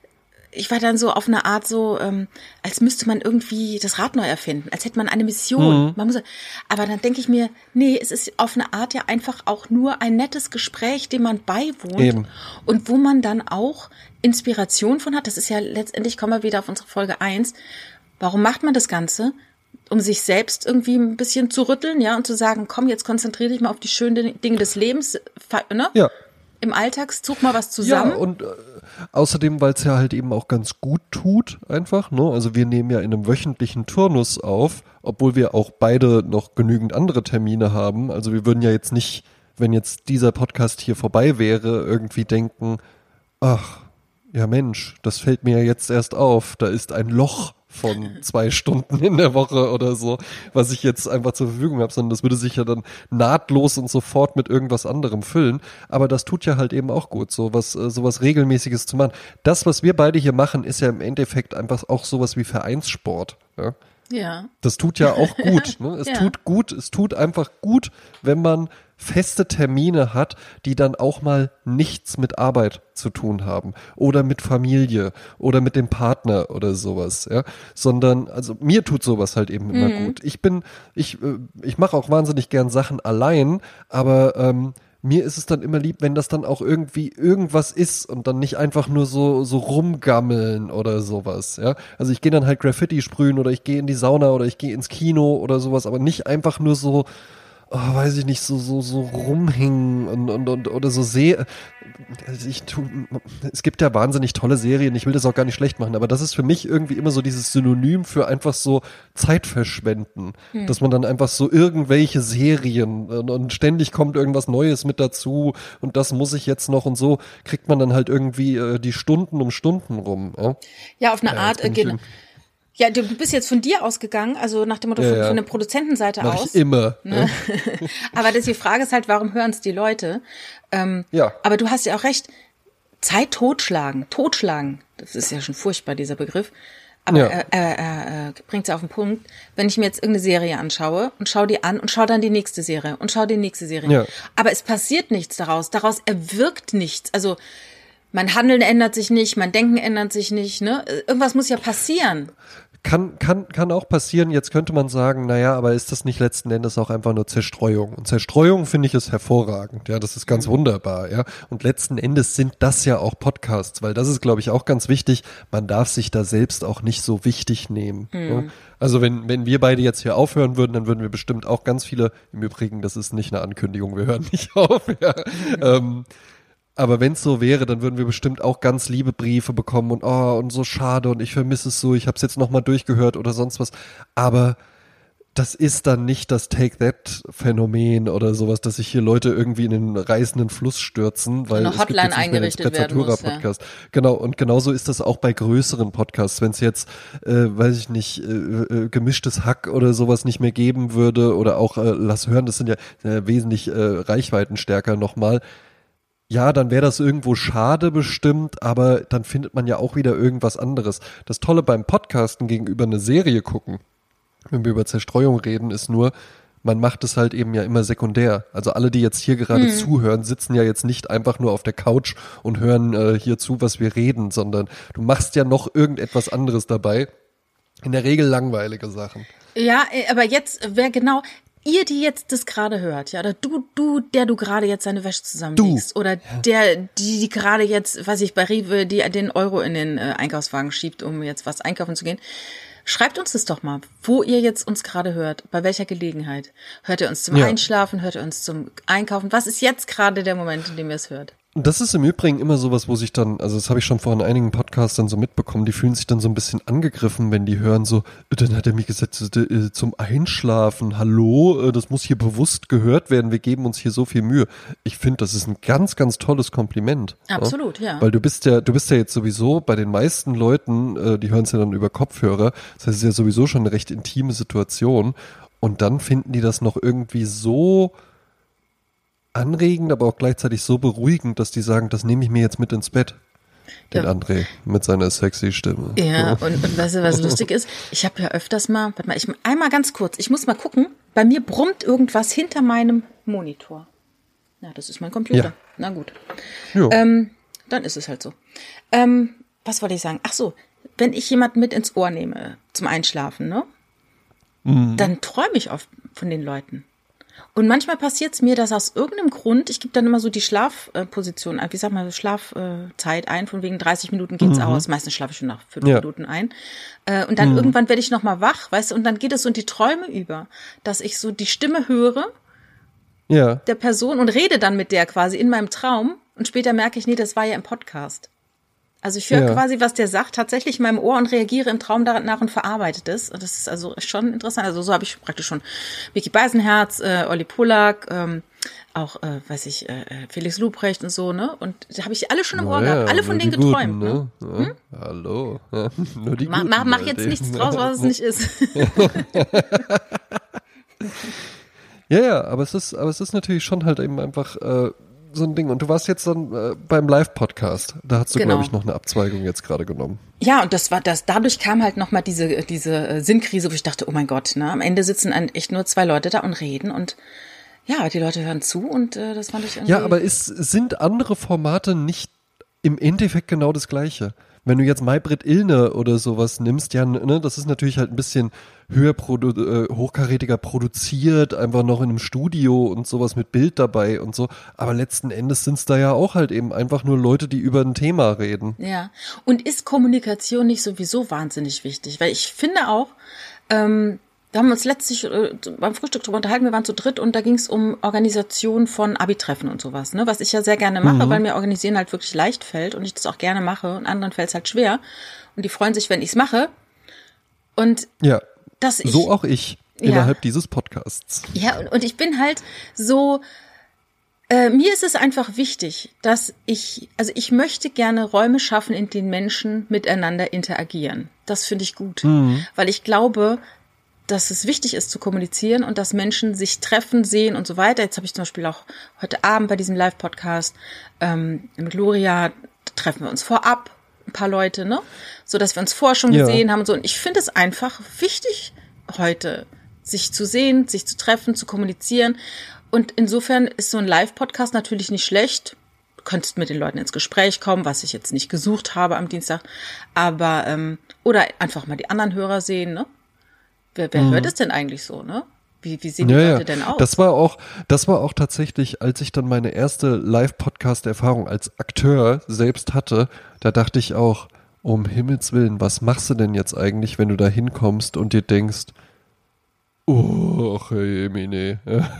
ich war dann so auf eine Art so, ähm, als müsste man irgendwie das Rad neu erfinden, als hätte man eine Mission. Mhm. Man muss, aber dann denke ich mir, nee, es ist auf eine Art ja einfach auch nur ein nettes Gespräch, dem man beiwohnt Eben. Und wo man dann auch Inspiration von hat. Das ist ja letztendlich, kommen wir wieder auf unsere Folge eins. Warum macht man das Ganze? Um sich selbst irgendwie ein bisschen zu rütteln, ja, und zu sagen, komm, jetzt konzentriere dich mal auf die schönen Dinge des Lebens, ne? Ja. Im Alltag, such mal was zusammen. Ja, und äh, außerdem, weil es ja halt eben auch ganz gut tut, einfach, ne? Also wir nehmen ja in einem wöchentlichen Turnus auf, obwohl wir auch beide noch genügend andere Termine haben. Also wir würden ja jetzt nicht, wenn jetzt dieser Podcast hier vorbei wäre, irgendwie denken, ach, ja Mensch, das fällt mir ja jetzt erst auf, da ist ein Loch von zwei Stunden in der Woche oder so, was ich jetzt einfach zur Verfügung habe, sondern das würde sich ja dann nahtlos und sofort mit irgendwas anderem füllen. Aber das tut ja halt eben auch gut, so was, sowas Regelmäßiges zu machen. Das, was wir beide hier machen, ist ja im Endeffekt einfach auch sowas wie Vereinssport. Ja. Ja. Das tut ja auch gut. Ne? Es ja. tut gut, es tut einfach gut, wenn man feste Termine hat, die dann auch mal nichts mit Arbeit zu tun haben oder mit Familie oder mit dem Partner oder sowas, ja, sondern, also mir tut sowas halt eben immer mhm. gut. Ich bin, ich, ich mache auch wahnsinnig gern Sachen allein, aber ähm, mir ist es dann immer lieb, wenn das dann auch irgendwie irgendwas ist und dann nicht einfach nur so so rumgammeln oder sowas, ja. Also ich gehe dann halt Graffiti sprühen oder ich gehe in die Sauna oder ich gehe ins Kino oder sowas, aber nicht einfach nur so, oh, weiß ich nicht, so so so rumhängen und und, und oder so sehe. Also ich tu, es gibt ja wahnsinnig tolle Serien, ich will das auch gar nicht schlecht machen, aber das ist für mich irgendwie immer so dieses Synonym für einfach so Zeitverschwenden, hm. dass man dann einfach so irgendwelche Serien und, und ständig kommt irgendwas Neues mit dazu und das muss ich jetzt noch und so kriegt man dann halt irgendwie äh, die Stunden um Stunden rum. Ja, ja auf eine ja, Art, äh, genau. Ja, du bist jetzt von dir ausgegangen, also nach dem Motto ja, von, ja. von der Produzentenseite Mach aus. Ich immer. Ne? Ja. Aber das, die Frage ist halt, warum hören es die Leute? Ähm, ja. Aber du hast ja auch recht, Zeit totschlagen, totschlagen, das ist ja schon furchtbar, dieser Begriff. Aber ja. äh, äh, äh, bringt es auf den Punkt, wenn ich mir jetzt irgendeine Serie anschaue und schaue die an und schaue dann die nächste Serie und schaue die nächste Serie. Ja. Aber es passiert nichts daraus, daraus erwirkt nichts. Also mein Handeln ändert sich nicht, mein Denken ändert sich nicht, ne? Irgendwas muss ja passieren. Kann, kann, kann auch passieren. Jetzt könnte man sagen, naja, aber ist das nicht letzten Endes auch einfach nur Zerstreuung? Und Zerstreuung finde ich ist hervorragend. Ja, das ist ganz wunderbar. Ja, und letzten Endes sind das ja auch Podcasts, weil das ist, glaube ich, auch ganz wichtig. Man darf sich da selbst auch nicht so wichtig nehmen. Mhm. Ja? Also wenn, wenn wir beide jetzt hier aufhören würden, dann würden wir bestimmt auch ganz viele, im Übrigen, das ist nicht eine Ankündigung, wir hören nicht auf. Ja. Mhm. Ähm, Aber wenn es so wäre, dann würden wir bestimmt auch ganz liebe Briefe bekommen und oh, und so schade und ich vermisse es so, ich habe es jetzt nochmal durchgehört oder sonst was. Aber das ist dann nicht das Take-That-Phänomen oder sowas, dass sich hier Leute irgendwie in den reißenden Fluss stürzen, weil eine Hotline es gibt jetzt nicht mehr den Sprezzatura-Podcast. Ja. Genau, und genauso ist das auch bei größeren Podcasts. Wenn es jetzt, äh, weiß ich nicht, äh, äh, gemischtes Hack oder sowas nicht mehr geben würde oder auch äh, Lass hören, das sind ja äh, wesentlich äh, reichweitenstärker nochmal. Ja, dann wäre das irgendwo schade bestimmt, aber dann findet man ja auch wieder irgendwas anderes. Das Tolle beim Podcasten gegenüber eine Serie gucken, wenn wir über Zerstreuung reden, ist nur, man macht es halt eben ja immer sekundär. Also alle, die jetzt hier gerade hm. zuhören, sitzen ja jetzt nicht einfach nur auf der Couch und hören äh, hier zu, was wir reden, sondern du machst ja noch irgendetwas anderes dabei. In der Regel langweilige Sachen. Ja, aber jetzt wäre genau... Ihr, die jetzt das gerade hört, ja, oder du, du, der du gerade jetzt deine Wäsche zusammenlegst, du. oder der, die, die gerade jetzt, weiß ich, bei Rewe, die den Euro in den äh, Einkaufswagen schiebt, um jetzt was einkaufen zu gehen, schreibt uns das doch mal, wo ihr jetzt uns gerade hört, bei welcher Gelegenheit. Hört ihr uns zum ja. Einschlafen, hört ihr uns zum Einkaufen? Was ist jetzt gerade der Moment, in dem ihr es hört? Das ist im Übrigen immer sowas, wo sich dann, also das habe ich schon vor einigen Podcastern so mitbekommen, die fühlen sich dann so ein bisschen angegriffen, wenn die hören so, dann hat er mir gesagt, zum Einschlafen, hallo, das muss hier bewusst gehört werden, wir geben uns hier so viel Mühe. Ich finde, das ist ein ganz, ganz tolles Kompliment. Absolut, ja. ja. Weil du bist ja, du bist ja jetzt sowieso bei den meisten Leuten, die hören es ja dann über Kopfhörer, das heißt, es ist ja sowieso schon eine recht intime Situation und dann finden die das noch irgendwie so anregend, aber auch gleichzeitig so beruhigend, dass die sagen, das nehme ich mir jetzt mit ins Bett. Den ja. André mit seiner sexy Stimme. Ja, und, und weißt du, was lustig ist? Ich habe ja öfters mal, warte mal, ich einmal ganz kurz, ich muss mal gucken, bei mir brummt irgendwas hinter meinem Monitor. Ja, das ist mein Computer. Ja. Na gut. Ja. Ähm, dann ist es halt so. Ähm, was wollte ich sagen? Ach so, wenn ich jemanden mit ins Ohr nehme zum Einschlafen, ne? Mhm. Dann träume ich oft von den Leuten. Und manchmal passiert es mir, dass aus irgendeinem Grund, ich gebe dann immer so die Schlafposition, äh, wie sag mal, Schlafzeit ein, von wegen dreißig Minuten geht's mhm. aus. Meistens schlafe ich schon nach fünf ja. Minuten ein. Äh, und dann mhm. irgendwann werde ich nochmal wach, weißt du, und dann geht es so in die Träume über, dass ich so die Stimme höre ja. der Person und rede dann mit der quasi in meinem Traum. Und später merke ich, nee, das war ja im Podcast. Also ich höre ja. quasi, was der sagt, tatsächlich in meinem Ohr und reagiere im Traum danach und verarbeite das. Und das ist also schon interessant. Also so habe ich praktisch schon Vicky Beisenherz, äh, Olli Pollack, ähm, auch, äh, weiß ich, äh, Felix Lobrecht und so, ne? Und da habe ich alle schon im Ohr ja, gehabt, alle von denen Guten, geträumt. Ne? Ne? Hm? Ja, hallo. Ja, nur die mach, Guten, mach, mach jetzt nichts draus, was es nicht ist. ja, ja, aber es ist, aber es ist natürlich schon halt eben einfach äh, so ein Ding. Und du warst jetzt dann äh, beim Live-Podcast. Da hast du, genau. glaube ich, noch eine Abzweigung jetzt gerade genommen. Ja, und das war das. Dadurch kam halt nochmal diese diese äh, Sinnkrise, wo ich dachte, oh mein Gott, ne? Am Ende sitzen echt nur zwei Leute da und reden und ja, die Leute hören zu und äh, das fand ich irgendwie... Ja, aber es sind andere Formate nicht im Endeffekt genau das Gleiche. Wenn du jetzt Maybrit Illner oder sowas nimmst, ja, ne, das ist natürlich halt ein bisschen höher, produ- äh, hochkarätiger produziert, einfach noch in einem Studio und sowas mit Bild dabei und so. Aber letzten Endes sind es da ja auch halt eben einfach nur Leute, die über ein Thema reden. Ja, und ist Kommunikation nicht sowieso wahnsinnig wichtig? Weil ich finde auch, ähm, da haben wir uns letztlich äh, beim Frühstück drüber unterhalten, wir waren zu dritt und da ging es um Organisation von Abi-Treffen und sowas, ne? Was ich ja sehr gerne mache, mhm. weil mir Organisieren halt wirklich leicht fällt und ich das auch gerne mache und anderen fällt es halt schwer. Und die freuen sich, wenn ich es mache. Und ja, dass ich, so auch ich ja. innerhalb dieses Podcasts. Ja, und, und ich bin halt so, äh, mir ist es einfach wichtig, dass ich, also ich möchte gerne Räume schaffen, in denen Menschen miteinander interagieren. Das finde ich gut, mhm. weil ich glaube, dass es wichtig ist zu kommunizieren und dass Menschen sich treffen, sehen und so weiter. Jetzt habe ich zum Beispiel auch heute Abend bei diesem Live-Podcast ähm, mit Gloria, treffen wir uns vorab, ein paar Leute, ne, so dass wir uns vorher schon gesehen ja. haben und so. Und ich finde es einfach wichtig heute, sich zu sehen, sich zu treffen, zu kommunizieren. Und insofern ist so ein Live-Podcast natürlich nicht schlecht. könntest mit den Leuten ins Gespräch kommen, was ich jetzt nicht gesucht habe am Dienstag. Aber, ähm, oder einfach mal die anderen Hörer sehen, ne? Wer, wer mhm. hört es denn eigentlich so, ne? Wie, wie sehen die ja, Leute ja. denn aus? Das war auch, das war auch tatsächlich, als ich dann meine erste Live-Podcast-Erfahrung als Akteur selbst hatte, da dachte ich auch, um Himmels Willen, was machst du denn jetzt eigentlich, wenn du da hinkommst und dir denkst, oh, hey, Mine,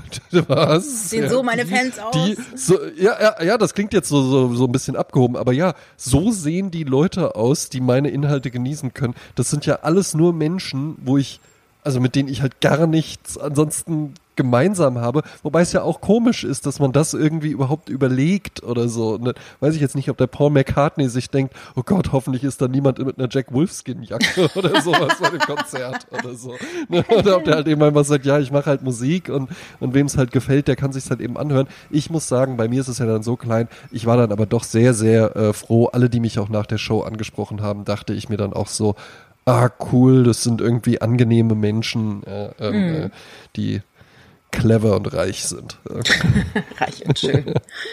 was? Sehen ja, so meine die, Fans aus? Die, so, ja, ja, ja, das klingt jetzt so, so, so ein bisschen abgehoben, aber ja, so sehen die Leute aus, die meine Inhalte genießen können. Das sind ja alles nur Menschen, wo ich, also mit denen ich halt gar nichts ansonsten gemeinsam habe, wobei es ja auch komisch ist, dass man das irgendwie überhaupt überlegt oder so. Ne? Weiß ich jetzt nicht, ob der Paul McCartney sich denkt, oh Gott, hoffentlich ist da niemand mit einer Jack Wolfskin-Jacke oder sowas bei dem Konzert oder so. Ne? Oder ob der halt eben einfach sagt, ja, ich mache halt Musik und, und wem es halt gefällt, der kann sich's halt eben anhören. Ich muss sagen, bei mir ist es ja dann so klein, ich war dann aber doch sehr, sehr äh, froh. Alle, die mich auch nach der Show angesprochen haben, dachte ich mir dann auch so, ah, cool, das sind irgendwie angenehme Menschen, äh, ähm, mm. äh, die clever und reich sind. Reich und schön.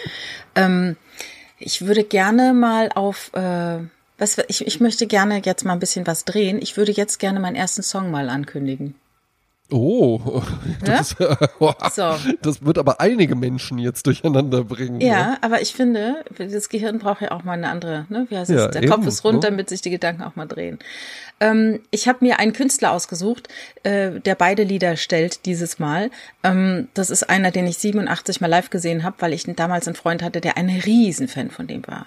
ähm, ich würde gerne mal auf, äh, was, ich, ich möchte gerne jetzt mal ein bisschen was drehen. Ich würde jetzt gerne meinen ersten Song mal ankündigen. Oh, das, ja? oh, so. Das wird aber einige Menschen jetzt durcheinander bringen. Ja, ne? Aber ich finde, das Gehirn braucht ja auch mal eine andere, ne? Wie heißt es? Ja, Der eben, Kopf ist rund, ne? damit sich die Gedanken auch mal drehen. Ähm, ich habe mir einen Künstler ausgesucht, äh, der beide Lieder stellt dieses Mal. Ähm, das ist einer, den ich siebenundachtzig mal live gesehen habe, weil ich damals einen Freund hatte, der ein Riesenfan von dem war.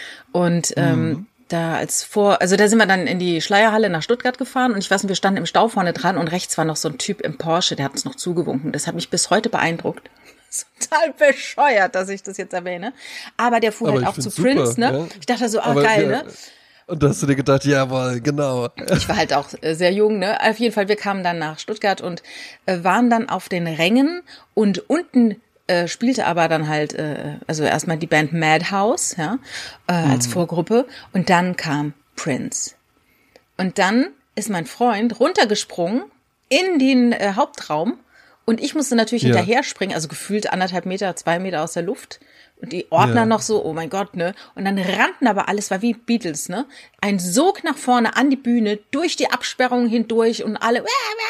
Und ähm, mhm. Da als vor, also da sind wir dann in die Schleierhalle nach Stuttgart gefahren und ich weiß nicht, wir standen im Stau vorne dran und rechts war noch so ein Typ im Porsche, der hat uns noch zugewunken. Das hat mich bis heute beeindruckt. Total bescheuert, dass ich das jetzt erwähne. Aber der fuhr Aber halt auch zu super, Prince, ne? Ja. Ich dachte so, ah, Aber, geil, ja. ne? Und da hast du dir gedacht, jawohl, genau. Ich war halt auch sehr jung, ne? Auf jeden Fall, wir kamen dann nach Stuttgart und äh, waren dann auf den Rängen und unten Äh, spielte aber dann halt, äh, also erstmal die Band Madhouse, ja, äh, als mhm. Vorgruppe und dann kam Prince. Und dann ist mein Freund runtergesprungen in den äh, Hauptraum und ich musste natürlich ja. hinterher springen, also gefühlt anderthalb Meter, zwei Meter aus der Luft. Und die Ordner ja. noch so, oh mein Gott, ne? Und dann rannten aber alles, war wie Beatles, ne? Ein Sog nach vorne an die Bühne, durch die Absperrung hindurch und alle,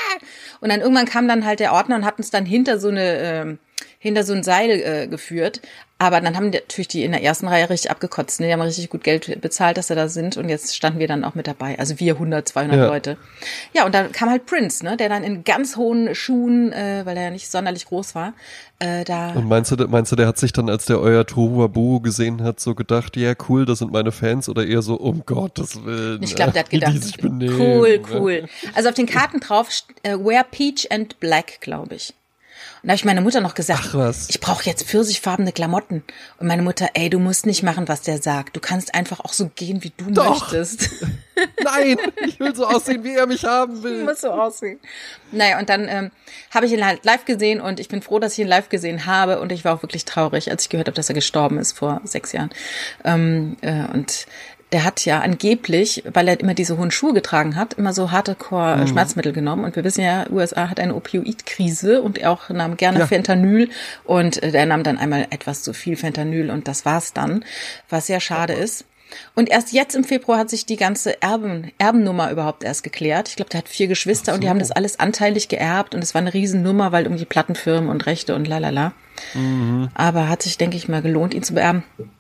und dann irgendwann kam dann halt der Ordner und hat uns dann hinter so eine, äh, hinter so ein Seil äh, geführt. Aber dann haben die, natürlich die in der ersten Reihe richtig abgekotzt. Ne? Die haben richtig gut Geld bezahlt, dass sie da sind. Und jetzt standen wir dann auch mit dabei. Also wir hundert, zweihundert ja. Leute. Ja, und dann kam halt Prince, ne? Der dann in ganz hohen Schuhen, äh, weil er ja nicht sonderlich groß war, äh, da... Und meinst du, meinst du, der hat sich dann, als der euer Tohuwabohu gesehen hat, so gedacht, ja, cool, das sind meine Fans? Oder eher so, um Gottes Willen. Ich glaube, der hat gedacht, die sich benehmen, cool, cool. Ne? Also auf den Karten drauf, äh, Wear Peach and Black, glaube ich. Und da habe ich meiner Mutter noch gesagt, Ach, was? ich brauche jetzt pfirsichfarbene Klamotten. Und meine Mutter, ey, du musst nicht machen, was der sagt. Du kannst einfach auch so gehen, wie du Doch. möchtest. Nein, ich will so aussehen, wie er mich haben will. Ich muss so aussehen. Naja, und dann ähm, habe ich ihn halt live gesehen und ich bin froh, dass ich ihn live gesehen habe. Und ich war auch wirklich traurig, als ich gehört habe, dass er gestorben ist vor sechs Jahren. Ähm, äh, und der hat ja angeblich, weil er immer diese hohen Schuhe getragen hat, immer so Hardcore-Schmerzmittel mhm. genommen. Und wir wissen ja, U S A hat eine Opioid-Krise und er auch nahm gerne ja. Fentanyl. Und äh, er nahm dann einmal etwas zu viel Fentanyl und das war's dann, was sehr schade ist. Und erst jetzt im Februar hat sich die ganze Erben, Erbennummer überhaupt erst geklärt. Ich glaube, der hat vier Geschwister so. Und die haben das alles anteilig geerbt und es war eine Riesennummer, weil irgendwie Plattenfirmen und Rechte und lalala. Mhm. Aber hat sich, denke ich mal, gelohnt, ihn zu beerben.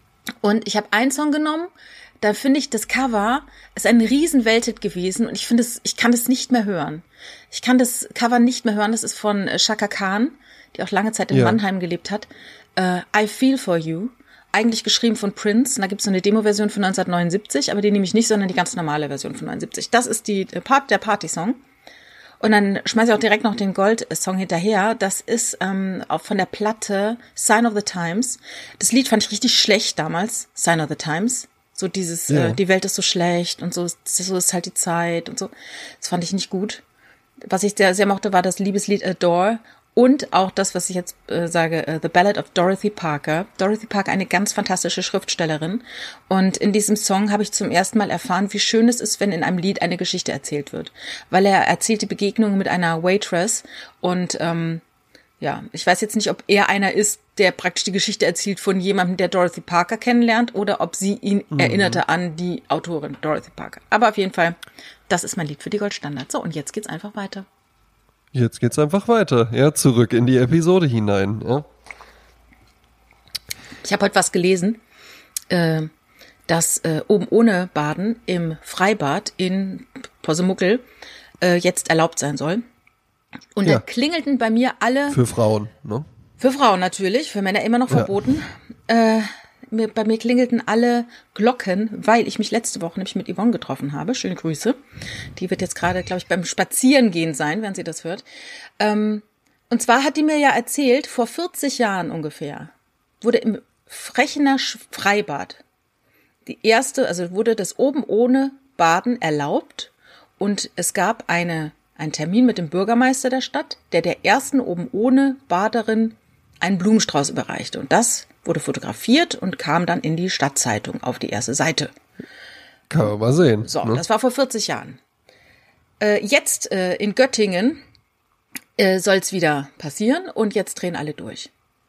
Und ich habe einen Song genommen, da finde ich, das Cover ist ein riesen Welthit gewesen und ich finde es, ich kann das nicht mehr hören. Ich kann das Cover nicht mehr hören. Das ist von Chaka Khan, die auch lange Zeit in ja. Mannheim gelebt hat. Uh, I Feel For You. Eigentlich geschrieben von Prince. Und da gibt es so eine Demo-Version von neunzehnhundertneunundsiebzig, aber die nehme ich nicht, sondern die ganz normale Version von neunundsiebzig. Das ist die Part, der Party-Song. Und dann schmeiße ich auch direkt noch den Gold-Song hinterher. Das ist ähm, auch von der Platte Sign of the Times. Das Lied fand ich richtig schlecht damals, Sign of the Times. So dieses, ja. äh, die Welt ist so schlecht und so, so ist halt die Zeit und so. Das fand ich nicht gut. Was ich sehr, sehr mochte, war das Liebeslied Adore und auch das, was ich jetzt äh, sage, uh, The Ballad of Dorothy Parker. Dorothy Parker, eine ganz fantastische Schriftstellerin. Und in diesem Song habe ich zum ersten Mal erfahren, wie schön es ist, wenn in einem Lied eine Geschichte erzählt wird. Weil er erzählt die Begegnung mit einer Waitress und ähm, ja, ich weiß jetzt nicht, ob er einer ist, der praktisch die Geschichte erzählt von jemandem, der Dorothy Parker kennenlernt, oder ob sie ihn mhm. erinnerte an die Autorin Dorothy Parker. Aber auf jeden Fall, das ist mein Lied für die Goldstandard. So, und jetzt geht's einfach weiter. Jetzt geht's einfach weiter. Ja, zurück in die Episode hinein. Ja. Ich habe heute was gelesen, äh, dass äh, oben ohne Baden im Freibad in Possemuckel äh, jetzt erlaubt sein soll. Und ja. da klingelten bei mir alle... Für Frauen, ne? Für Frauen natürlich, für Männer immer noch ja. verboten. Äh, mir, bei mir klingelten alle Glocken, weil ich mich letzte Woche nämlich mit Yvonne getroffen habe. Schöne Grüße. Die wird jetzt gerade, glaube ich, beim Spazierengehen sein, wenn sie das hört. Ähm, und zwar hat die mir ja erzählt, vor vierzig Jahren ungefähr wurde im Frechener Freibad die erste, also wurde das oben ohne Baden erlaubt und es gab eine, einen Termin mit dem Bürgermeister der Stadt, der der ersten oben ohne Baderin einen Blumenstrauß überreichte. Und das wurde fotografiert und kam dann in die Stadtzeitung auf die erste Seite. Kann man mal sehen. So, ne? Das war vor vierzig Jahren. Äh, jetzt äh, in Göttingen äh, soll es wieder passieren und jetzt drehen alle durch.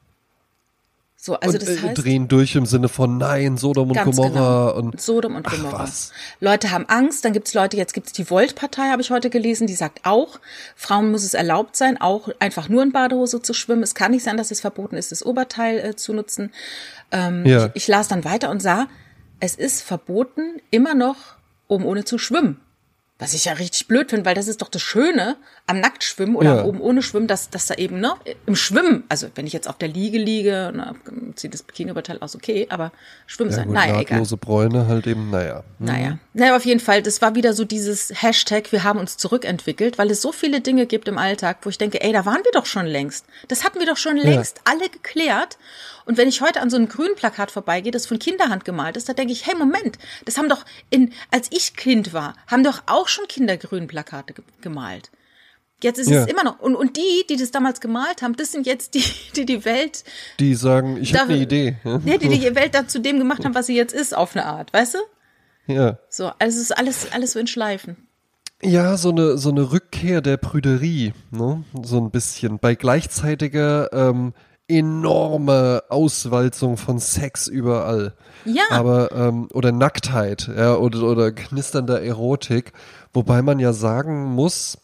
So, also und das heißt, äh, drehen durch im Sinne von nein, Sodom und Gomorra. Genau. Und Sodom und Gomorra. Ach, was? Leute haben Angst, dann gibt's Leute, jetzt gibt's die Volt-Partei, habe ich heute gelesen, die sagt auch, Frauen muss es erlaubt sein, auch einfach nur in Badehose zu schwimmen. Es kann nicht sein, dass es verboten ist, das Oberteil äh, zu nutzen. Ähm, ja. ich, ich las dann weiter und sah, es ist verboten, immer noch oben ohne zu schwimmen. Was ich ja richtig blöd finde, weil das ist doch das Schöne am Nacktschwimmen oder ja. am oben ohne Schwimmen, dass, dass da eben, ne, im Schwimmen, also wenn ich jetzt auf der Liege liege, na, zieht das Bikini-Oberteil aus, okay, aber schwimmen ja, sein, gut, naja, nahtlose egal. Bräune halt eben, naja. Hm. Naja, naja, auf jeden Fall, das war wieder so dieses Hashtag, wir haben uns zurückentwickelt, weil es so viele Dinge gibt im Alltag, wo ich denke, ey, da waren wir doch schon längst. Das hatten wir doch schon längst ja. alle geklärt. Und wenn ich heute an so einem grünen Plakat vorbeigehe, das von Kinderhand gemalt ist, da denke ich, hey, Moment, das haben doch, in, als ich Kind war, haben doch auch schon Kinder grüne Plakate ge- gemalt. Jetzt ist ja. es immer noch, und, und die, die das damals gemalt haben, das sind jetzt die, die die Welt... Die sagen, ich habe eine Idee. Ja, die die Welt da zu dem gemacht haben, was sie jetzt ist, auf eine Art, weißt du? Ja. So, also es ist alles, alles so in Schleifen. Ja, so eine, so eine Rückkehr der Prüderie, ne? So ein bisschen. Bei gleichzeitiger, ähm, enorme Auswalzung von Sex überall. Ja. Aber, ähm, oder Nacktheit, ja, oder, oder knisternder Erotik. Wobei man ja sagen muss,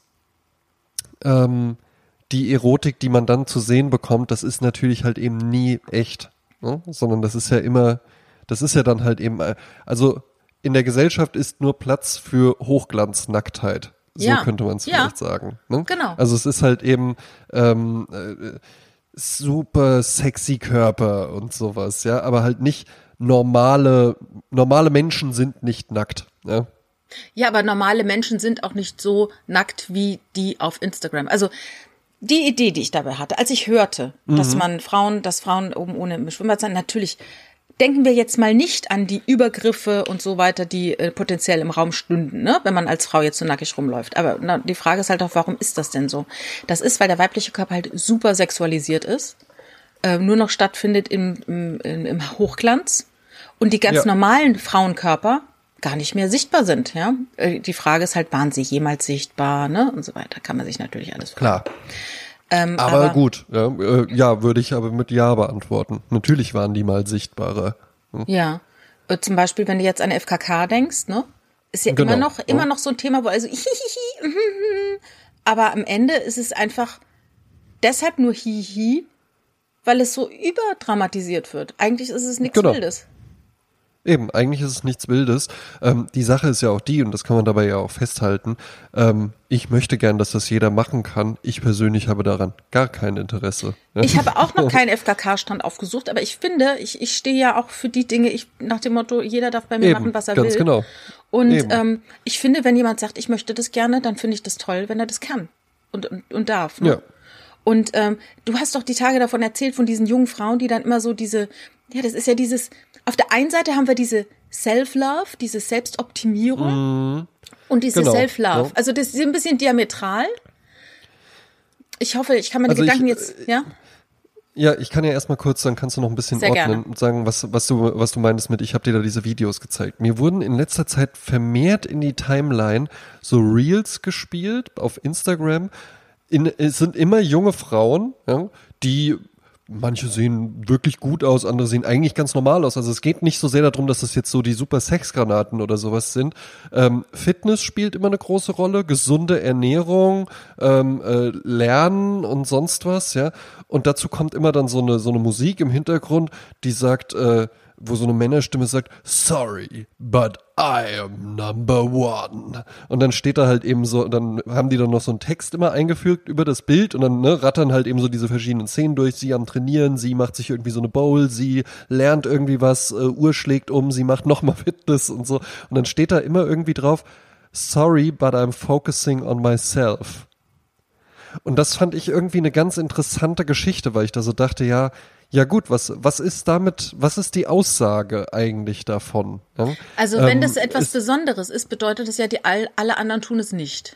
ähm, die Erotik, die man dann zu sehen bekommt, das ist natürlich halt eben nie echt, ne? Sondern das ist ja immer, das ist ja dann halt eben, also in der Gesellschaft ist nur Platz für Hochglanznacktheit. So ja. könnte man es ja. vielleicht sagen. Ne? Genau. Also es ist halt eben ähm, äh, super sexy Körper und sowas, ja, aber halt nicht normale, normale Menschen sind nicht nackt, ja. Ja, aber normale Menschen sind auch nicht so nackt wie die auf Instagram. Also die Idee, die ich dabei hatte, als ich hörte, mhm. dass man Frauen, dass Frauen oben ohne im Schwimmbad sind, natürlich denken wir jetzt mal nicht an die Übergriffe und so weiter, die äh, potenziell im Raum stünden, ne, wenn man als Frau jetzt so nackig rumläuft. Aber na, die Frage ist halt auch, warum ist das denn so? Das ist, weil der weibliche Körper halt super sexualisiert ist, äh, nur noch stattfindet im, im, im Hochglanz und die ganz ja. normalen Frauenkörper gar nicht mehr sichtbar sind. Ja, äh, die Frage ist halt, waren sie jemals sichtbar, ne, und so weiter. Kann man sich natürlich alles fragen. Klar. Ähm, aber, aber gut, ja, äh, ja, würde ich aber mit Ja beantworten. Natürlich waren die mal sichtbarer. Hm? Ja, äh, zum Beispiel, wenn du jetzt an F K K denkst, ne, ist ja genau. immer noch, immer ja. noch so ein Thema, wo also hihihi, aber am Ende ist es einfach deshalb nur hihi, weil es so überdramatisiert wird. Eigentlich ist es nichts genau. Wildes. Eben, eigentlich ist es nichts Wildes. Ähm, die Sache ist ja auch die, und das kann man dabei ja auch festhalten, ähm, ich möchte gern, dass das jeder machen kann. Ich persönlich habe daran gar kein Interesse. Ja? Ich habe auch noch keinen F K K-Stand aufgesucht, aber ich finde, ich, ich stehe ja auch für die Dinge, ich nach dem Motto, jeder darf bei mir Eben, machen, was er ganz will. Genau. Und Eben. ähm, ich finde, wenn jemand sagt, ich möchte das gerne, dann finde ich das toll, wenn er das kann und, und, und darf. Ne? Ja. Und ähm, du hast doch die Tage davon erzählt, von diesen jungen Frauen, die dann immer so diese, ja, das ist ja dieses, auf der einen Seite haben wir diese Self-Love, diese Selbstoptimierung mm, und diese genau, Self-Love. ja. Also das ist ein bisschen diametral. Ich hoffe, ich kann meine also Gedanken ich, jetzt, ja? Ja, ich kann ja erstmal kurz, dann kannst du noch ein bisschen Sehr ordnen gerne. und sagen, was, was du, was du meinst mit, ich habe dir da diese Videos gezeigt. Mir wurden in letzter Zeit vermehrt in die Timeline so Reels gespielt auf Instagram. in, es sind immer junge Frauen, ja, die manche sehen wirklich gut aus, andere sehen eigentlich ganz normal aus. Also es geht nicht so sehr darum, dass das jetzt so die super Sexgranaten oder sowas sind. Ähm, Fitness spielt immer eine große Rolle, gesunde Ernährung, ähm, äh, Lernen und sonst was, ja. Und dazu kommt immer dann so eine so eine Musik im Hintergrund, die sagt, äh, wo so eine Männerstimme sagt, sorry, but I am number one. Und dann steht da halt eben so, dann haben die dann noch so einen Text immer eingefügt über das Bild und dann ne, rattern halt eben so diese verschiedenen Szenen durch. Sie am Trainieren, sie macht sich irgendwie so eine Bowl, sie lernt irgendwie was, äh, Uhr schlägt um, sie macht nochmal Fitness und so. Und dann steht da immer irgendwie drauf, sorry, but I'm focusing on myself. Und das fand ich irgendwie eine ganz interessante Geschichte, weil ich da so dachte, ja, ja gut, was, was ist damit, was ist die Aussage eigentlich davon? Ja? Also wenn ähm, das etwas ist, Besonderes ist, bedeutet es ja, die all, alle anderen tun es nicht.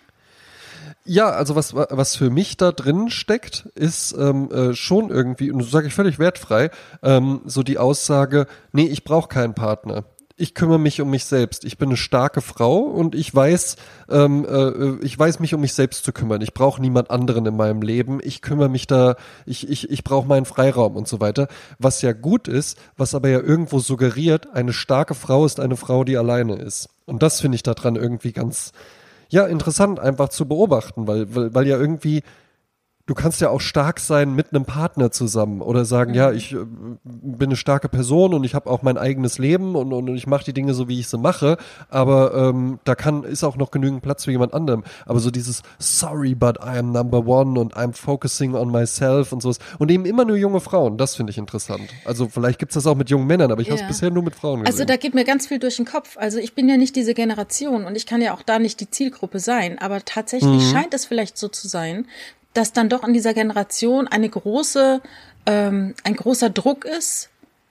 Ja, also was, was für mich da drin steckt, ist ähm, äh, schon irgendwie, und das sage ich völlig wertfrei, ähm, so die Aussage, nee, ich brauche keinen Partner. Ich kümmere mich um mich selbst. Ich bin eine starke Frau und ich weiß, ähm, äh, ich weiß mich um mich selbst zu kümmern. Ich brauche niemand anderen in meinem Leben. Ich kümmere mich da, ich, ich, ich brauche meinen Freiraum und so weiter. Was ja gut ist, was aber ja irgendwo suggeriert, eine starke Frau ist eine Frau, die alleine ist. Und das finde ich daran irgendwie ganz, ja, interessant einfach zu beobachten, weil, weil, weil ja irgendwie, du kannst ja auch stark sein mit einem Partner zusammen oder sagen, mhm. ja, ich äh, bin eine starke Person und ich habe auch mein eigenes Leben und, und ich mache die Dinge so, wie ich sie mache, aber ähm, da kann ist auch noch genügend Platz für jemand anderem. Aber so dieses sorry, but I am number one und I'm focusing on myself und sowas. Und eben immer nur junge Frauen, das finde ich interessant. Also vielleicht gibt's das auch mit jungen Männern, aber ich ja. habe es bisher nur mit Frauen gesehen. Also da geht mir ganz viel durch den Kopf. Also ich bin ja nicht diese Generation und ich kann ja auch da nicht die Zielgruppe sein, aber tatsächlich mhm. scheint es vielleicht so zu sein, dass dann doch in dieser Generation eine große, ähm, ein großer Druck ist,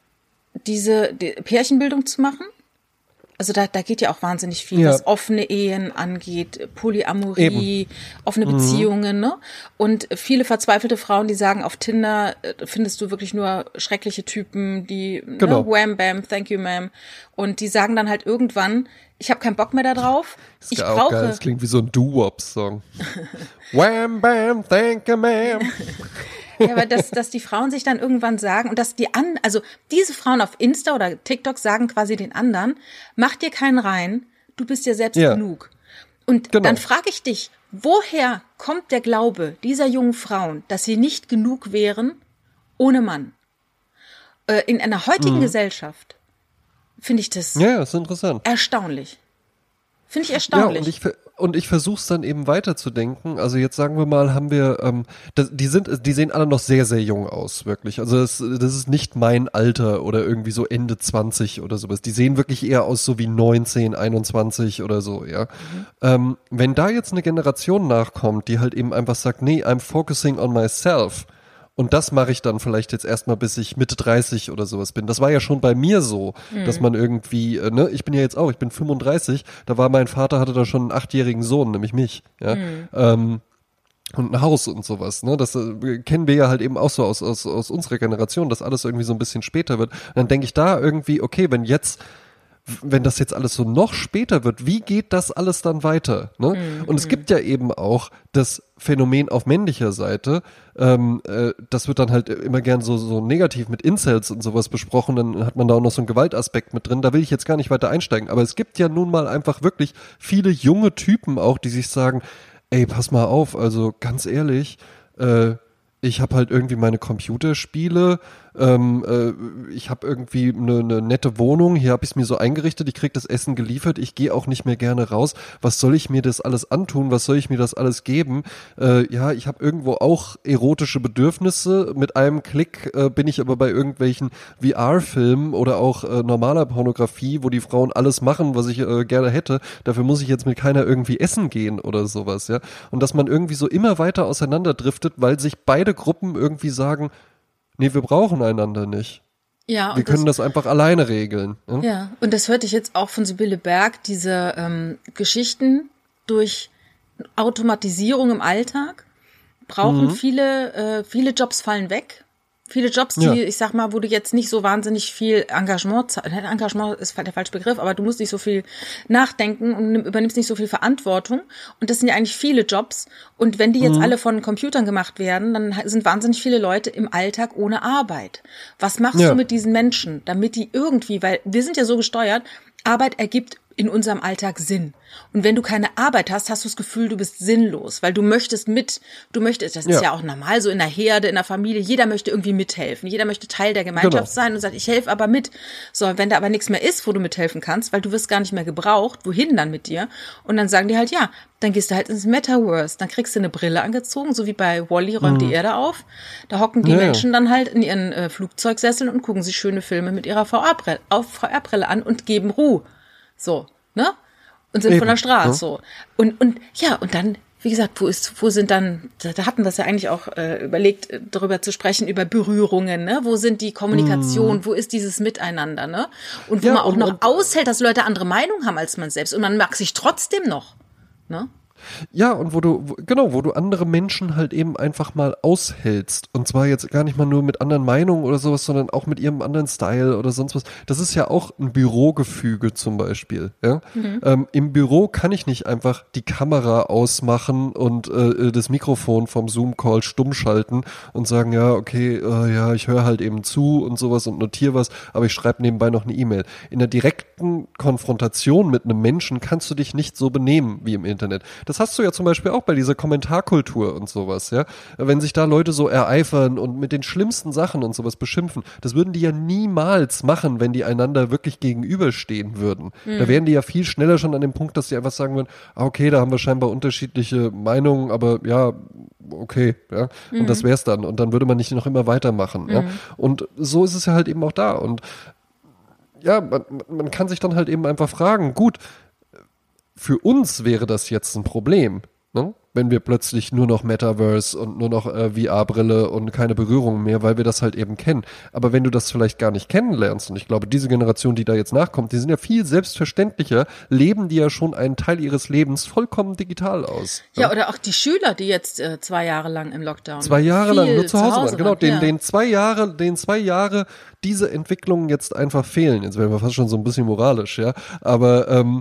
diese die Pärchenbildung zu machen. Also da, da geht ja auch wahnsinnig viel, ja. was offene Ehen angeht, Polyamorie, Eben. offene Beziehungen, mhm. ne? Und viele verzweifelte Frauen, die sagen, auf Tinder findest du wirklich nur schreckliche Typen, die, genau. ne, wham, bam, thank you, ma'am. Und die sagen dann halt irgendwann, ich habe keinen Bock mehr da drauf. Das ich auch brauche. Geil. Das klingt wie so ein Doo-Wop-Song. Wham, bam, thank you, ma'am. Ja, aber dass, dass die Frauen sich dann irgendwann sagen und dass die an, also diese Frauen auf Insta oder TikTok sagen quasi den anderen, mach dir keinen rein, du bist dir selbst ja. genug. Und genau. dann frage ich dich, woher kommt der Glaube dieser jungen Frauen, dass sie nicht genug wären ohne Mann? Äh, in einer heutigen mhm. Gesellschaft finde ich das, ja, das ist interessant. erstaunlich. Finde ich erstaunlich. Ja, und ich, und ich versuche es dann eben weiterzudenken. Also jetzt sagen wir mal, haben wir, ähm, das, die sind, die sehen alle noch sehr, sehr jung aus, wirklich. Also das, das ist nicht mein Alter oder irgendwie so Ende zwanzig oder sowas. Die sehen wirklich eher aus so wie neunzehn, einundzwanzig oder so, ja. Mhm. Ähm, wenn da jetzt eine Generation nachkommt, die halt eben einfach sagt, nee, I'm focusing on myself. Und das mache ich dann vielleicht jetzt erstmal, bis ich Mitte dreißig oder sowas bin. Das war ja schon bei mir so, mhm. dass man irgendwie, äh, ne, ich bin ja jetzt auch, ich bin fünfunddreißig, da war mein Vater, hatte da schon einen achtjährigen Sohn, nämlich mich, ja, mhm. ähm, und ein Haus und sowas, ne, das äh, kennen wir ja halt eben auch so aus, aus, aus unserer Generation, dass alles irgendwie so ein bisschen später wird. Und dann denke ich da irgendwie, okay, wenn jetzt wenn das jetzt alles so noch später wird, wie geht das alles dann weiter? Ne? Mhm. Und es gibt ja eben auch das Phänomen auf männlicher Seite, ähm, äh, das wird dann halt immer gern so, so negativ mit Incels und sowas besprochen, dann hat man da auch noch so einen Gewaltaspekt mit drin, da will ich jetzt gar nicht weiter einsteigen, aber es gibt ja nun mal einfach wirklich viele junge Typen auch, die sich sagen, ey, pass mal auf, also ganz ehrlich, äh, ich habe halt irgendwie meine Computerspiele, ähm, äh, ich habe irgendwie eine, eine nette Wohnung, hier habe ich es mir so eingerichtet, ich krieg das Essen geliefert, ich gehe auch nicht mehr gerne raus. Was soll ich mir das alles antun? Was soll ich mir das alles geben? Äh, ja, ich habe irgendwo auch erotische Bedürfnisse. Mit einem Klick äh, bin ich aber bei irgendwelchen V R-Filmen oder auch äh, normaler Pornografie, wo die Frauen alles machen, was ich äh, gerne hätte. Dafür muss ich jetzt mit keiner irgendwie essen gehen oder sowas, ja. Und dass man irgendwie so immer weiter auseinanderdriftet, weil sich beide Gruppen irgendwie sagen, nee, wir brauchen einander nicht. Ja, wir können das, das einfach alleine regeln. Ja? ja, und das hörte ich jetzt auch von Sibylle Berg, diese ähm, Geschichten durch Automatisierung im Alltag brauchen mhm. viele, äh, viele Jobs fallen weg. Viele Jobs, die, Ja. ich sag mal, wo du jetzt nicht so wahnsinnig viel Engagement, ze- Engagement ist der falsche Begriff, aber du musst nicht so viel nachdenken und nimm- übernimmst nicht so viel Verantwortung. Und das sind ja eigentlich viele Jobs. Und wenn die jetzt Mhm. alle von Computern gemacht werden, dann ha- sind wahnsinnig viele Leute im Alltag ohne Arbeit. Was machst Ja. du mit diesen Menschen, damit die irgendwie, weil wir sind ja so gesteuert, Arbeit ergibt in unserem Alltag Sinn. Und wenn du keine Arbeit hast, hast du das Gefühl, du bist sinnlos, weil du möchtest mit, du möchtest, das ist Ja. ja auch normal so in der Herde, in der Familie, jeder möchte irgendwie mithelfen, jeder möchte Teil der Gemeinschaft Genau. sein und sagt, ich helfe aber mit. So, wenn da aber nichts mehr ist, wo du mithelfen kannst, weil du wirst gar nicht mehr gebraucht, wohin dann mit dir? Und dann sagen die halt, ja, dann gehst du halt ins Metaverse, dann kriegst du eine Brille angezogen, so wie bei Wall-E räumt die Erde auf. Da hocken die Ja, ja. Menschen dann halt in ihren äh, Flugzeugsesseln und gucken sich schöne Filme mit ihrer V R-Brille, auf V R-Brille an und geben Ruhe. So, ne? Und sind Eben, von der Straße ne? so. Und, und ja, und dann, wie gesagt, wo ist, wo sind dann, da, da hatten wir es ja eigentlich auch äh, überlegt, äh, darüber zu sprechen, über Berührungen, ne? Wo sind die Kommunikation, mm. wo ist dieses Miteinander, ne? Und wo Ja, man auch und, noch und, aushält, dass Leute andere Meinung haben als man selbst. Und man mag sich trotzdem noch, ne? Ja, und wo du, wo, genau, wo du andere Menschen halt eben einfach mal aushältst. Und zwar jetzt gar nicht mal nur mit anderen Meinungen oder sowas, sondern auch mit ihrem anderen Style oder sonst was. Das ist ja auch ein Bürogefüge zum Beispiel. Ja? Mhm. Ähm, im Büro kann ich nicht einfach die Kamera ausmachen und äh, das Mikrofon vom Zoom-Call stumm schalten und sagen, ja, okay, äh, ja, ich höre halt eben zu und sowas und notiere was, aber ich schreibe nebenbei noch eine E-Mail. In der direkten Konfrontation mit einem Menschen kannst du dich nicht so benehmen wie im Internet. Das hast du ja zum Beispiel auch bei dieser Kommentarkultur und sowas, ja. Wenn sich da Leute so ereifern und mit den schlimmsten Sachen und sowas beschimpfen, das würden die ja niemals machen, wenn die einander wirklich gegenüberstehen würden. Mhm. Da wären die ja viel schneller schon an dem Punkt, dass die einfach sagen würden, ah, okay, da haben wir scheinbar unterschiedliche Meinungen, aber ja, okay, ja. Und mhm. das wär's dann. Und dann würde man nicht noch immer weitermachen, mhm. ja. Und so ist es ja halt eben auch da. Und ja, man, man kann sich dann halt eben einfach fragen, gut, für uns wäre das jetzt ein Problem, ne? Wenn wir plötzlich nur noch Metaverse und nur noch äh, V R-Brille und keine Berührung mehr, weil wir das halt eben kennen. Aber wenn du das vielleicht gar nicht kennenlernst, und ich glaube, diese Generation, die da jetzt nachkommt, die sind ja viel selbstverständlicher, leben die ja schon einen Teil ihres Lebens vollkommen digital aus. Ja, ja, oder auch die Schüler, die jetzt äh, zwei Jahre lang im Lockdown Zwei Jahre lang nur zu Hause, zu Hause waren. Genau, waren. den, Ja. den zwei Jahre, den zwei Jahre diese Entwicklungen jetzt einfach fehlen. Jetzt werden wir fast schon so ein bisschen moralisch, ja. Aber ähm,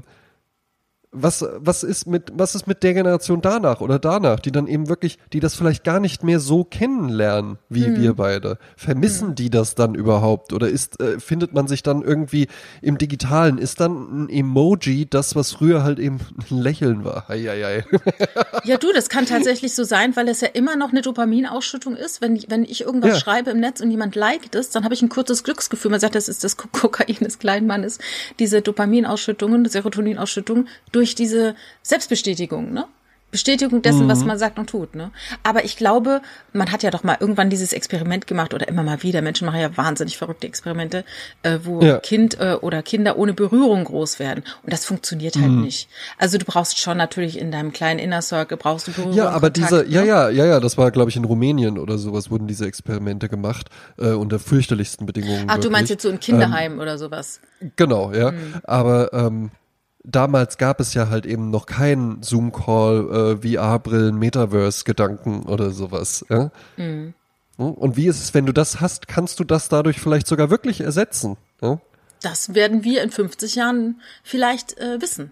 Was, was ist mit, was ist mit der Generation danach oder danach, die dann eben wirklich, die das vielleicht gar nicht mehr so kennenlernen wie mhm. wir beide? Vermissen mhm. die das dann überhaupt? Oder ist, äh, findet man sich dann irgendwie im Digitalen? Ist dann ein Emoji das, was früher halt eben ein Lächeln war? Eieiei. Ja, du, das kann tatsächlich so sein, weil es ja immer noch eine Dopaminausschüttung ist. Wenn ich, wenn ich irgendwas ja. schreibe im Netz und jemand liked es, dann habe ich ein kurzes Glücksgefühl. Man sagt, das ist das Kokain des kleinen Mannes. Diese Dopaminausschüttungen, Serotoninausschüttungen durch durch diese Selbstbestätigung, ne? Bestätigung dessen, mhm. was man sagt und tut, ne? Aber ich glaube, man hat ja doch mal irgendwann dieses Experiment gemacht oder immer mal wieder. Menschen machen ja wahnsinnig verrückte Experimente, äh, wo ja. Kind äh, oder Kinder ohne Berührung groß werden. Und das funktioniert halt mhm. nicht. Also du brauchst schon natürlich in deinem kleinen Inner Circle brauchst du Berührung. Ja, aber Kontakt, diese, ne? ja, ja, ja, ja, das war, glaube ich, in Rumänien oder sowas wurden diese Experimente gemacht, äh, unter fürchterlichsten Bedingungen. Ach, wirklich. Du meinst jetzt so ein Kinderheim ähm, oder sowas? Genau, ja. Mhm. Aber ähm, damals gab es ja halt eben noch keinen Zoom-Call, äh, V R-Brillen, Metaverse-Gedanken oder sowas. Ja? Mhm. Und wie ist es, wenn du das hast, kannst du das dadurch vielleicht sogar wirklich ersetzen? Ja? Das werden wir in fünfzig Jahren vielleicht äh, wissen.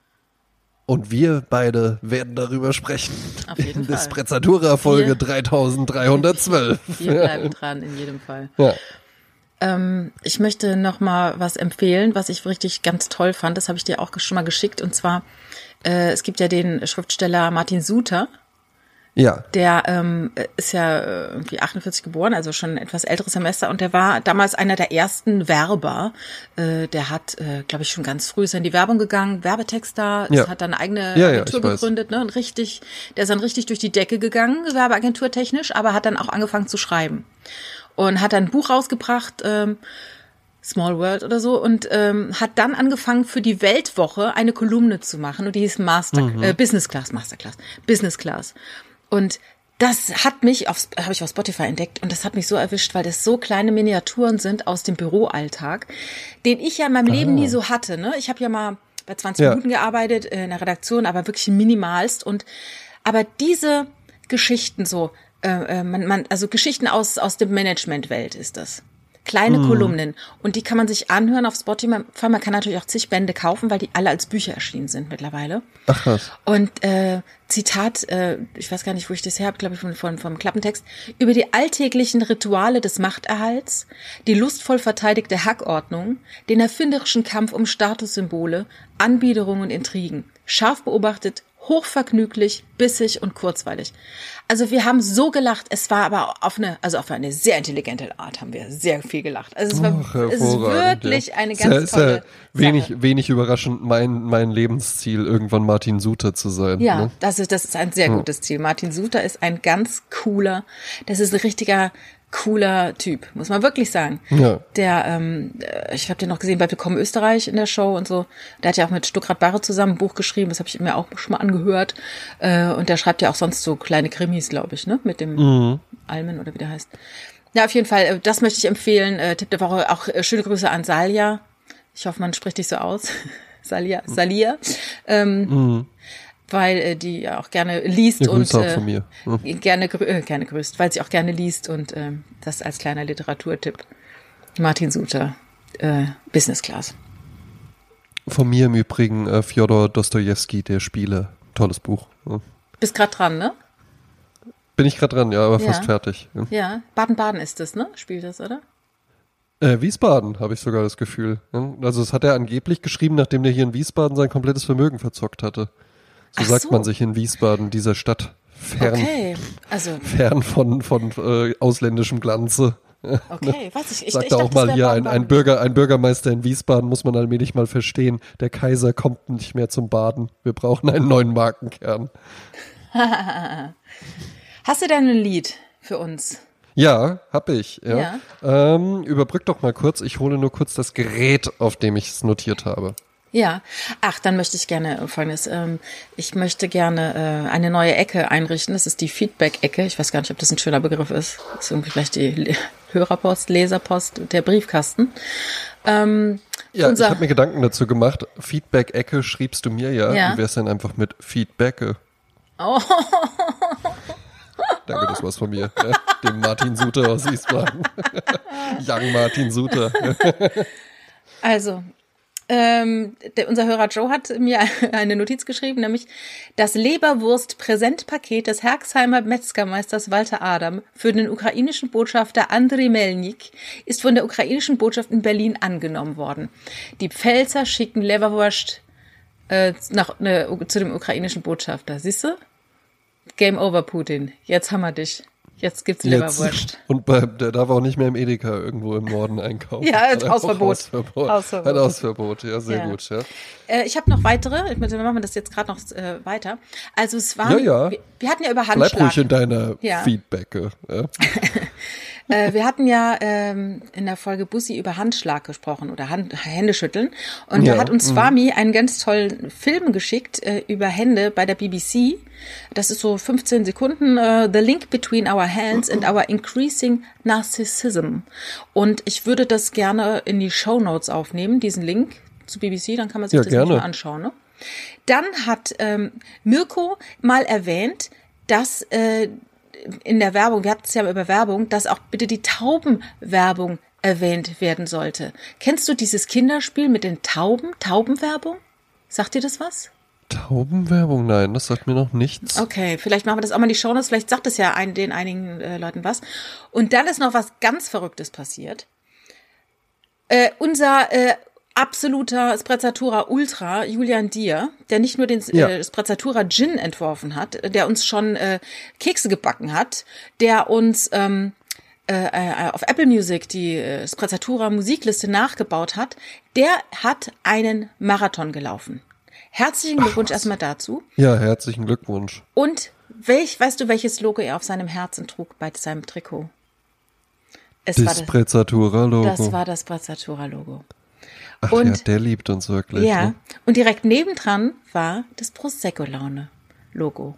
Und wir beide werden darüber sprechen. Auf jeden in Fall. Sprezzatura-Folge dreitausenddreihundertzwölf. Wir bleiben dran, in jedem Fall. Ja. Ich möchte noch mal was empfehlen, was ich richtig ganz toll fand. Das habe ich dir auch schon mal geschickt. Und zwar, äh, es gibt ja den Schriftsteller Martin Suter. Ja. Der ähm, ist ja irgendwie achtundvierzig geboren, also schon ein etwas älteres Semester. Und der war damals einer der ersten Werber. Äh, der hat, äh, glaube ich, schon ganz früh ist er in die Werbung gegangen, Werbetexter. Ja. Hat dann eine eigene ja, Agentur ja, gegründet. Ne? Und richtig, der ist dann richtig durch die Decke gegangen, Werbeagentur technisch, aber hat dann auch angefangen zu schreiben. Und hat dann ein Buch rausgebracht, ähm, Small World oder so, und ähm, hat dann angefangen für die Weltwoche eine Kolumne zu machen, und die hieß Master, mhm. äh, Business Class, Masterclass, Business Class. Und das hat mich, auf, habe ich auf Spotify entdeckt, und das hat mich so erwischt, weil das so kleine Miniaturen sind aus dem Büroalltag, den ich ja in meinem ah. Leben nie so hatte. Ne? Ich habe ja mal bei zwanzig ja. Minuten gearbeitet äh, in der Redaktion, aber wirklich minimalst. Und aber diese Geschichten so, äh, man, man, also Geschichten aus, aus der Managementwelt ist das. Kleine mm. Kolumnen. Und die kann man sich anhören auf Spotify. Man kann natürlich auch zig Bände kaufen, weil die alle als Bücher erschienen sind mittlerweile. Ach was. Und äh, Zitat, äh, ich weiß gar nicht, wo ich das her habe, glaube ich, von, von, vom Klappentext, über die alltäglichen Rituale des Machterhalts, die lustvoll verteidigte Hackordnung, den erfinderischen Kampf um Statussymbole, Anbiederungen und Intrigen. Scharf beobachtet, hochvergnüglich, bissig und kurzweilig. Also wir haben so gelacht, es war aber auf eine, also auf eine sehr intelligente Art haben wir sehr viel gelacht. Also es war Ach, es ist wirklich ja. eine Ist ganz ja, ist tolle ja wenig, Sache. wenig überraschend mein, mein Lebensziel, irgendwann Martin Suter zu sein. Ja, ne? das ist, das ist ein sehr Ja. gutes Ziel. Martin Suter ist ein ganz cooler, das ist ein richtiger cooler Typ, muss man wirklich sagen. Ja. Der, ähm, ich habe den noch gesehen bei Willkommen Österreich in der Show und so. Der hat ja auch mit Stuckrad Barre zusammen ein Buch geschrieben, das habe ich mir auch schon mal angehört. Äh, und der schreibt ja auch sonst so kleine Krimis, glaube ich, ne? Mit dem Mhm. Almen oder wie der heißt. Ja, auf jeden Fall, äh, das möchte ich empfehlen. Äh, Tipp der Woche, auch äh, schöne Grüße an Salja. Ich hoffe, man spricht dich so aus. Salja, Salia. Ähm, Mhm. weil äh, die ja auch gerne liest Ja, und Grüße auch äh, von mir. Mhm. gerne grü äh, gerne grüßt, weil sie auch gerne liest und äh, das als kleiner Literaturtipp. Martin Suter, äh, Business Class. Von mir im Übrigen äh, Fjodor Dostojewski, der Spieler. Tolles Buch. Ja. Bist grad dran, ne? Bin ich gerade dran, ja, aber Ja. fast fertig. Ja. Ja, Baden-Baden ist das, ne? Spielt das, oder? Äh, Wiesbaden, habe ich sogar das Gefühl. Ja. Also das hat er angeblich geschrieben, nachdem der hier in Wiesbaden sein komplettes Vermögen verzockt hatte. So Ach sagt so. man sich in Wiesbaden, dieser Stadt. Fern, Okay, also fern von, von äh, ausländischem Glanze. okay, weiß ich. Ich, Sagt ich er dachte, auch mal das wär hier, ein, ein, Baden-Baden. Bürger, ein Bürgermeister in Wiesbaden muss man allmählich mal verstehen. Der Kaiser kommt nicht mehr zum Baden. Wir brauchen einen neuen Markenkern. Hast du denn ein Lied für uns? Ja, hab ich. Ja. Ja. Ähm, überbrück doch mal kurz. Ich hole nur kurz das Gerät, auf dem ich es notiert habe. Ja, ach, dann möchte ich gerne Folgendes. Ähm, ich möchte gerne äh, eine neue Ecke einrichten. Das ist die Feedback-Ecke. Ich weiß gar nicht, ob das ein schöner Begriff ist. Das ist irgendwie vielleicht die Le- Hörerpost, Leserpost, der Briefkasten. Ähm, Ja, unser, ich habe mir Gedanken dazu gemacht. Feedback-Ecke schriebst du mir ja. Ja. Wie wär's denn einfach mit Feedbacke? oh, Danke, das war's von mir. Ja, dem Martin Suter aus Wiesbaden. Young Martin Suter. also, ähm, der, unser Hörer Joe hat mir eine Notiz geschrieben, nämlich das Leberwurst-Präsentpaket des Herxheimer Metzgermeisters Walter Adam für den ukrainischen Botschafter Andriy Melnik ist von der ukrainischen Botschaft in Berlin angenommen worden. Die Pfälzer schicken Leberwurst äh, nach, ne, zu dem ukrainischen Botschafter. Siehst du? Game over, Putin. Jetzt haben wir dich. Jetzt gibt's Leberwurst. Und bei, der darf auch nicht mehr im Edeka irgendwo im Norden einkaufen. Ja, Hat auch Hausverbot. Hausverbot. Hausverbot. Hat Hausverbot, ja, sehr Ja. gut. Ja. Äh, ich habe noch weitere. Ich meine, dann machen wir das jetzt gerade noch äh, weiter. Also es war, Ja, ja. Wir, wir hatten ja über Bleib Handschlag. ruhig in deiner Ja. Feedbacke. Ja. Äh, wir hatten ja ähm, in der Folge Bussi über Handschlag gesprochen oder Hand, Händeschütteln. Und Ja, da hat uns mhm. Swami einen ganz tollen Film geschickt äh, über Hände bei der B B C. Das ist so fünfzehn Sekunden. Äh, The Link Between Our Hands and Our Increasing Narcissism. Und ich würde das gerne in die Shownotes aufnehmen, diesen Link zu B B C. Dann kann man sich Ja, das nämlich gerne. mal anschauen. Ne? Dann hat ähm, Mirko mal erwähnt, dass äh, in der Werbung, wir hatten es ja über Werbung, dass auch bitte die Taubenwerbung erwähnt werden sollte. Kennst du dieses Kinderspiel mit den Tauben? Taubenwerbung? Sagt dir das was? Taubenwerbung? Nein, das sagt mir noch nichts. Okay, vielleicht machen wir das auch mal in die Shownotes. Vielleicht sagt es ja ein, den einigen äh, Leuten was. Und dann ist noch was ganz Verrücktes passiert. Äh, unser äh, absoluter Sprezzatura Ultra, Julian Dier, der nicht nur den Ja. äh, Sprezzatura Gin entworfen hat, der uns schon äh, Kekse gebacken hat, der uns ähm, äh, äh, auf Apple Music die äh, Sprezzatura Musikliste nachgebaut hat, der hat einen Marathon gelaufen. Herzlichen Glückwunsch erstmal dazu. Ja, herzlichen Glückwunsch. Und welch, weißt du, welches Logo er auf seinem Herzen trug bei seinem Trikot? Es war Das das, Sprezzatura-Logo. das war das Sprezzatura-Logo. Ach und- ja, der liebt uns wirklich. Ja, Ne? und direkt nebendran war das Prosecco-Laune-Logo.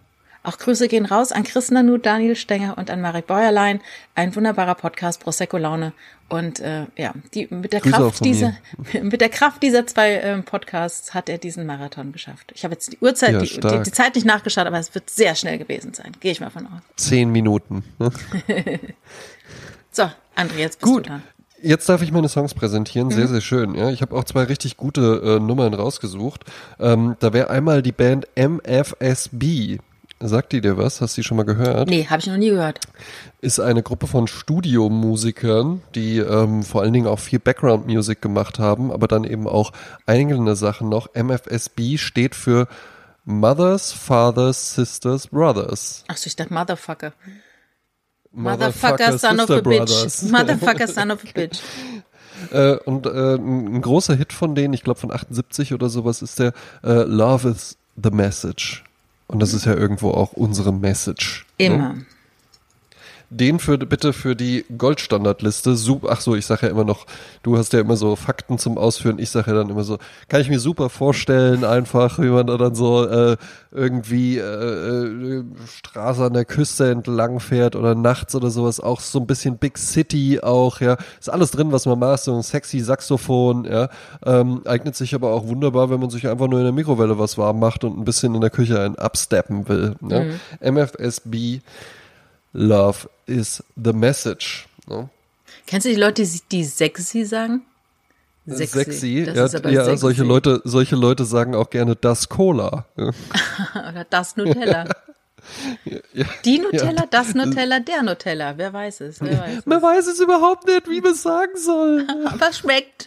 Auch Grüße gehen raus an Chris Nanu, Daniel Stenger und an Marek Bäuerlein. Ein wunderbarer Podcast, Prosecco Laune. Und äh, ja, die, mit der Grüße auch Kraft von dieser, mit der Kraft dieser zwei ähm, Podcasts hat er diesen Marathon geschafft. Ich habe jetzt die Uhrzeit, Ja, die, stark. die, die Zeit nicht nachgeschaut, aber es wird sehr schnell gewesen sein. Gehe ich mal von aus. Zehn Minuten. Ne? So, André, jetzt bist Gut. du dran. Jetzt darf ich meine Songs präsentieren, sehr, Mhm. sehr schön. Ja, ich habe auch zwei richtig gute äh, Nummern rausgesucht. Ähm, da wäre einmal die Band M F S B. Sagt die dir was? Hast du die schon mal gehört? Nee, habe ich noch nie gehört. Ist eine Gruppe von Studiomusikern, die ähm, vor allen Dingen auch viel Background-Music gemacht haben, aber dann eben auch eigene Sachen noch. M F S B steht für Mothers, Fathers, Sisters, Brothers. Ach so, ich dachte Motherfucker. Motherfucker, Motherfucker, son of a Sister bitch. Brothers. Motherfucker, son of a bitch. Äh, und äh, ein, ein großer Hit von denen, ich glaube von achtundsiebzig oder sowas, ist der äh, Love is the Message. Und das ist ja irgendwo auch unsere Message. Immer. Ne? Den für bitte für die Goldstandardliste. Sup- Ach so, ich sage ja immer noch, du hast ja immer so Fakten zum Ausführen. Ich sage ja dann immer so, kann ich mir super vorstellen, einfach, wie man da dann so äh, irgendwie äh, äh, Straße an der Küste entlang fährt oder nachts oder sowas. Auch so ein bisschen Big City auch, ja. Ist alles drin, was man mag, so ein sexy Saxophon, ja. Ähm, eignet sich aber auch wunderbar, wenn man sich einfach nur in der Mikrowelle was warm macht und ein bisschen in der Küche einen absteppen will. Ja? Mhm. M F S B Love is the Message. Ne? Kennst du die Leute, die, die sexy sagen? Sexy, Das ja, ist aber ja sexy. solche Leute, solche Leute sagen auch gerne das Cola. Ja. Oder das Nutella. Ja, Die Nutella, ja. das Nutella, der Nutella. Wer weiß es? Wer weiß es. Man weiß es überhaupt nicht, wie man es sagen soll. Aber es schmeckt.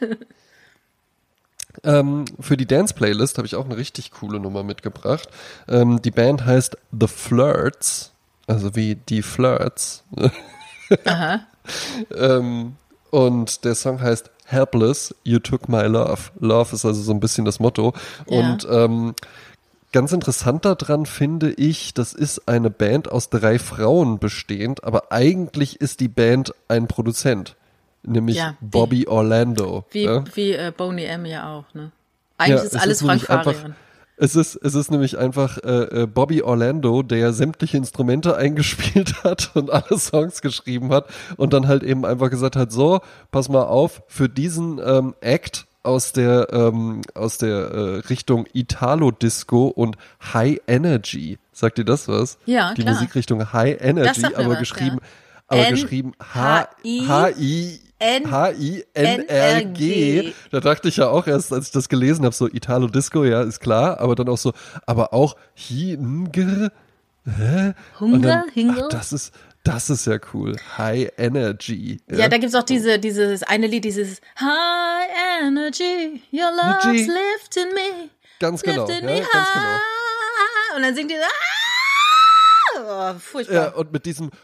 ähm, für die Dance-Playlist habe ich auch eine richtig coole Nummer mitgebracht. Ähm, die Band heißt The Flirts, also wie die Flirts. Aha. ähm, und der Song heißt Helpless, You Took My Love. Love ist also so ein bisschen das Motto. Ja. Und ähm, ganz interessant daran finde ich, das ist eine Band aus drei Frauen bestehend, aber eigentlich ist die Band ein Produzent, nämlich Ja, wie- Bobby Orlando. Wie, ja? wie äh, Boney M ja auch, ne? Eigentlich Ja, ist es alles Frank nämlich einfach- Farian. Es ist, es ist nämlich einfach äh, äh, Bobby Orlando, der sämtliche Instrumente eingespielt hat und alle Songs geschrieben hat und dann halt eben einfach gesagt hat, so, pass mal auf, für diesen ähm, Act aus der ähm, aus der äh, Richtung Italo-Disco und High Energy. Sagt ihr das was? Ja, Die klar. Musikrichtung High Energy, sagt mir aber was, geschrieben, ja. aber N- geschrieben H I H I N- H I N R G. Da dachte ich ja auch erst, als ich das gelesen habe, so Italo Disco, ja, ist klar, aber dann auch so, aber auch Hinger, hä? Und Hunger, dann, Hinger? ach, das ist, das ist ja cool. High Energy. Ja, da gibt's auch diese, dieses eine Lied, dieses High Energy, your love's Energy. lifting me. Ganz genau, lifting ja, me ganz genau. high. Und dann singt die so, ah! Oh, Ja, furchtbar. und mit diesem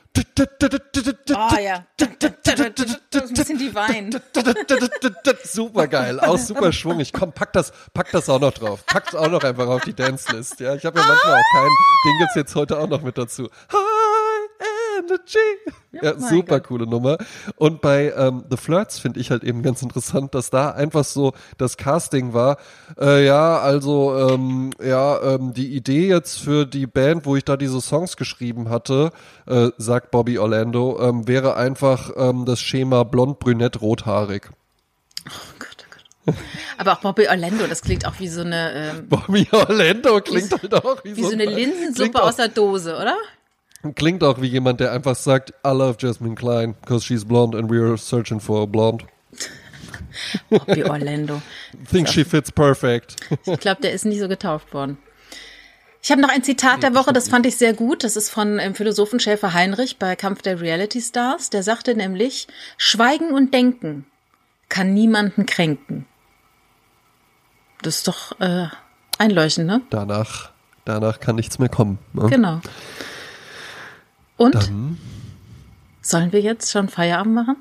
Oh ja. Das ist ein bisschen die Wein. super geil, auch super schwungig. Komm, pack das, pack das auch noch drauf. Pack's auch noch einfach auf die Dance-List. Ja, ich habe ja manchmal auch keinen. Den gibt's jetzt heute auch noch mit dazu. High Energy. Ja, mein super Gott. coole Nummer. Und bei ähm, The Flirts finde ich halt eben ganz interessant, dass da einfach so das Casting war. Äh, ja, also ähm, ja, ähm, die Idee jetzt für die Band, wo ich da diese Songs geschrieben hatte, äh, sagt Bobby Orlando, ähm, wäre einfach ähm, das Schema blond, brünett, rothaarig. Oh Gott, oh Gott. Aber auch Bobby Orlando, das klingt auch wie so eine, ähm, Bobby Orlando klingt halt auch wie, wie so eine ein- Linsensuppe klingt auch, aus der Dose, oder? Klingt auch wie jemand, der einfach sagt, I love Jasmine Klein, because she's blonde and we're searching for a blonde. Bobby Orlando. Think she fits perfect. Ich glaube, der ist nicht so getauft worden. Ich habe noch ein Zitat der Woche, das fand ich sehr gut. Das ist von ähm, Philosophen Schäfer Heinrich bei Kampf der Reality Stars. Der sagte nämlich, Schweigen und Denken kann niemanden kränken. Das ist doch äh, einleuchtend, ne? Danach, danach kann nichts mehr kommen. Ne? Genau. Und? Dann, Sollen wir jetzt schon Feierabend machen?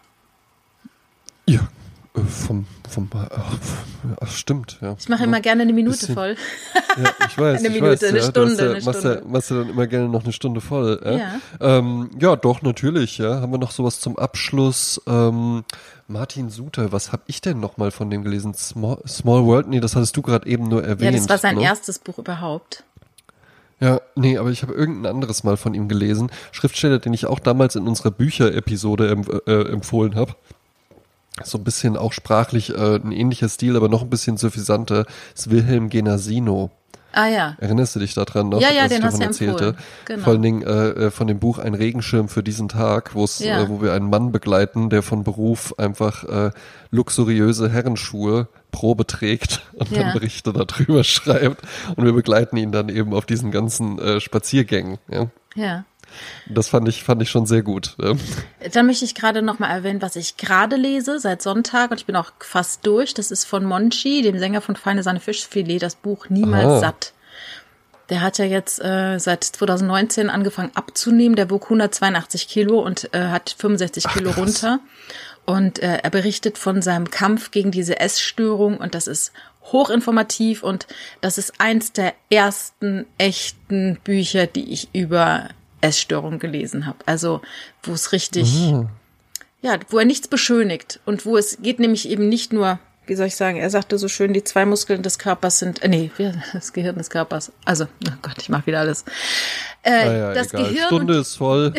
ja, äh, vom, vom, äh, ach, stimmt, ja. Ich mache immer gerne eine Minute Bisschen. voll. Ja, ich weiß, Eine ich Minute, weiß, eine ja, Stunde, du hast ja, eine machst, Stunde. Ja, machst du dann immer gerne noch eine Stunde voll. Ja, Ja. ähm, ja doch, natürlich, ja. Haben wir noch sowas zum Abschluss? Ähm, Martin Suter, was habe ich denn noch mal von dem gelesen? Small, Small World? Nee, das hattest du gerade eben nur erwähnt. Ja, das war sein ne? erstes Buch überhaupt. Ja, nee, aber ich habe irgendein anderes Mal von ihm gelesen. Schriftsteller, den ich auch damals in unserer Bücher-Episode empf- äh, empfohlen habe. So ein bisschen auch sprachlich äh, ein ähnlicher Stil, aber noch ein bisschen suffisanter, ist Wilhelm Genesino. Ah ja. Erinnerst du dich daran noch, Ja, ja, was den ich davon hast du erzählte? empfohlen. Genau. Vor allen Dingen äh, von dem Buch Ein Regenschirm für diesen Tag, wo's, Ja. äh, wo wir einen Mann begleiten, der von Beruf einfach äh, luxuriöse Herrenschuhe Probe trägt und Ja. dann Berichte darüber schreibt. Und wir begleiten ihn dann eben auf diesen ganzen äh, Spaziergängen. Ja. Ja. Das fand ich, fand ich schon sehr gut. Ähm, Dann möchte ich gerade noch mal erwähnen, was ich gerade lese seit Sonntag und ich bin auch fast durch. Das ist von Monchi, dem Sänger von Feine Sahne Fischfilet, das Buch Niemals Aha. satt. Der hat ja jetzt äh, seit zwanzig neunzehn angefangen abzunehmen. Der wog hundertzweiundachtzig Kilo und äh, hat fünfundsechzig Kilo krass. runter. Und äh, er berichtet von seinem Kampf gegen diese Essstörung und das ist hochinformativ und das ist eins der ersten echten Bücher, die ich über Essstörung gelesen habe. Also wo es richtig, Mhm. ja, wo er nichts beschönigt und wo es geht nämlich eben nicht nur, wie soll ich sagen, er sagte so schön, die zwei Muskeln des Körpers sind, äh, nee, wie- das Gehirn des Körpers. Also, oh Gott, ich mache wieder alles. Äh, Ah ja, das egal. Gehirn Stunde ist voll.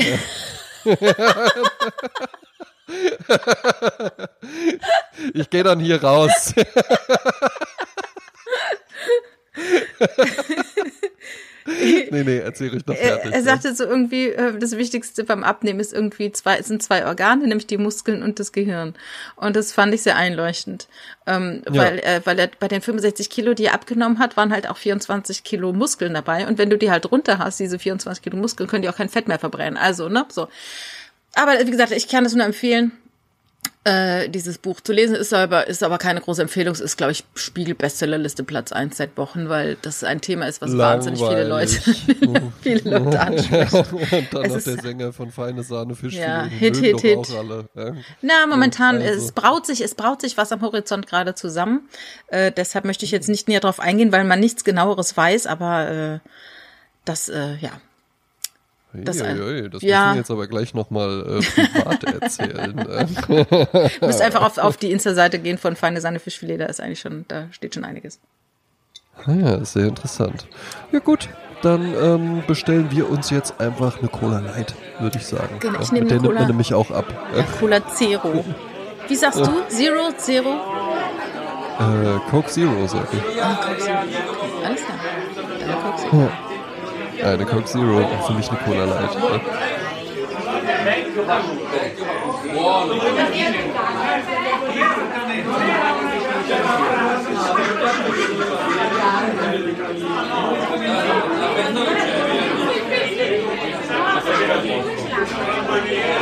Ich gehe dann hier raus. nee, nee, erzähl ruhig noch Er, fertig. er sagte so irgendwie, äh, das Wichtigste beim Abnehmen ist irgendwie zwei, es sind zwei Organe, nämlich die Muskeln und das Gehirn. Und das fand ich sehr einleuchtend. Ähm, Ja. weil, äh, weil er bei den fünfundsechzig Kilo, die er abgenommen hat, waren halt auch vierundzwanzig Kilo Muskeln dabei. Und wenn du die halt runter hast, diese vierundzwanzig Kilo Muskeln, können die auch kein Fett mehr verbrennen. Also, ne, so. Aber wie gesagt, ich kann es nur empfehlen, äh, dieses Buch zu lesen. Ist aber, ist aber keine große Empfehlung. Es ist, glaube ich, Spiegel-Bestsellerliste Platz eins seit Wochen, weil das ein Thema ist, was wahnsinnig viele Leute, viele Leute ansprechen. Und dann Es noch ist- der Sänger von Feine Sahne Fischfilet. Ja, den Hit, mögen Hit, doch Hit. auch alle. Ja. Na, momentan, Also. es braut sich, es braut sich was am Horizont gerade zusammen. Äh, deshalb möchte ich jetzt nicht näher drauf eingehen, weil man nichts Genaueres weiß, aber äh, das, äh, ja. Das ein- Uiuiui, das ja. müssen wir jetzt aber gleich nochmal äh, privat erzählen. äh. Du müsst einfach auf, auf die Insta-Seite gehen von Feine Sahne Fischfilet, da ist eigentlich schon, da steht schon einiges. Ah ja, sehr interessant. Ja gut, dann ähm, bestellen wir uns jetzt einfach eine Cola Light, würde ich sagen. Genau, ich Ja, nehme mit der eine nimmt man Cola- nämlich auch ab. Ja, Cola Zero. Wie sagst du? Zero, Zero? Äh, Coke Zero, sag ich. Ah, Coke Zero. Alles klar. Eine Coke Zero. Eine Coke Zero und für mich eine Cola Light. Ja. Ja.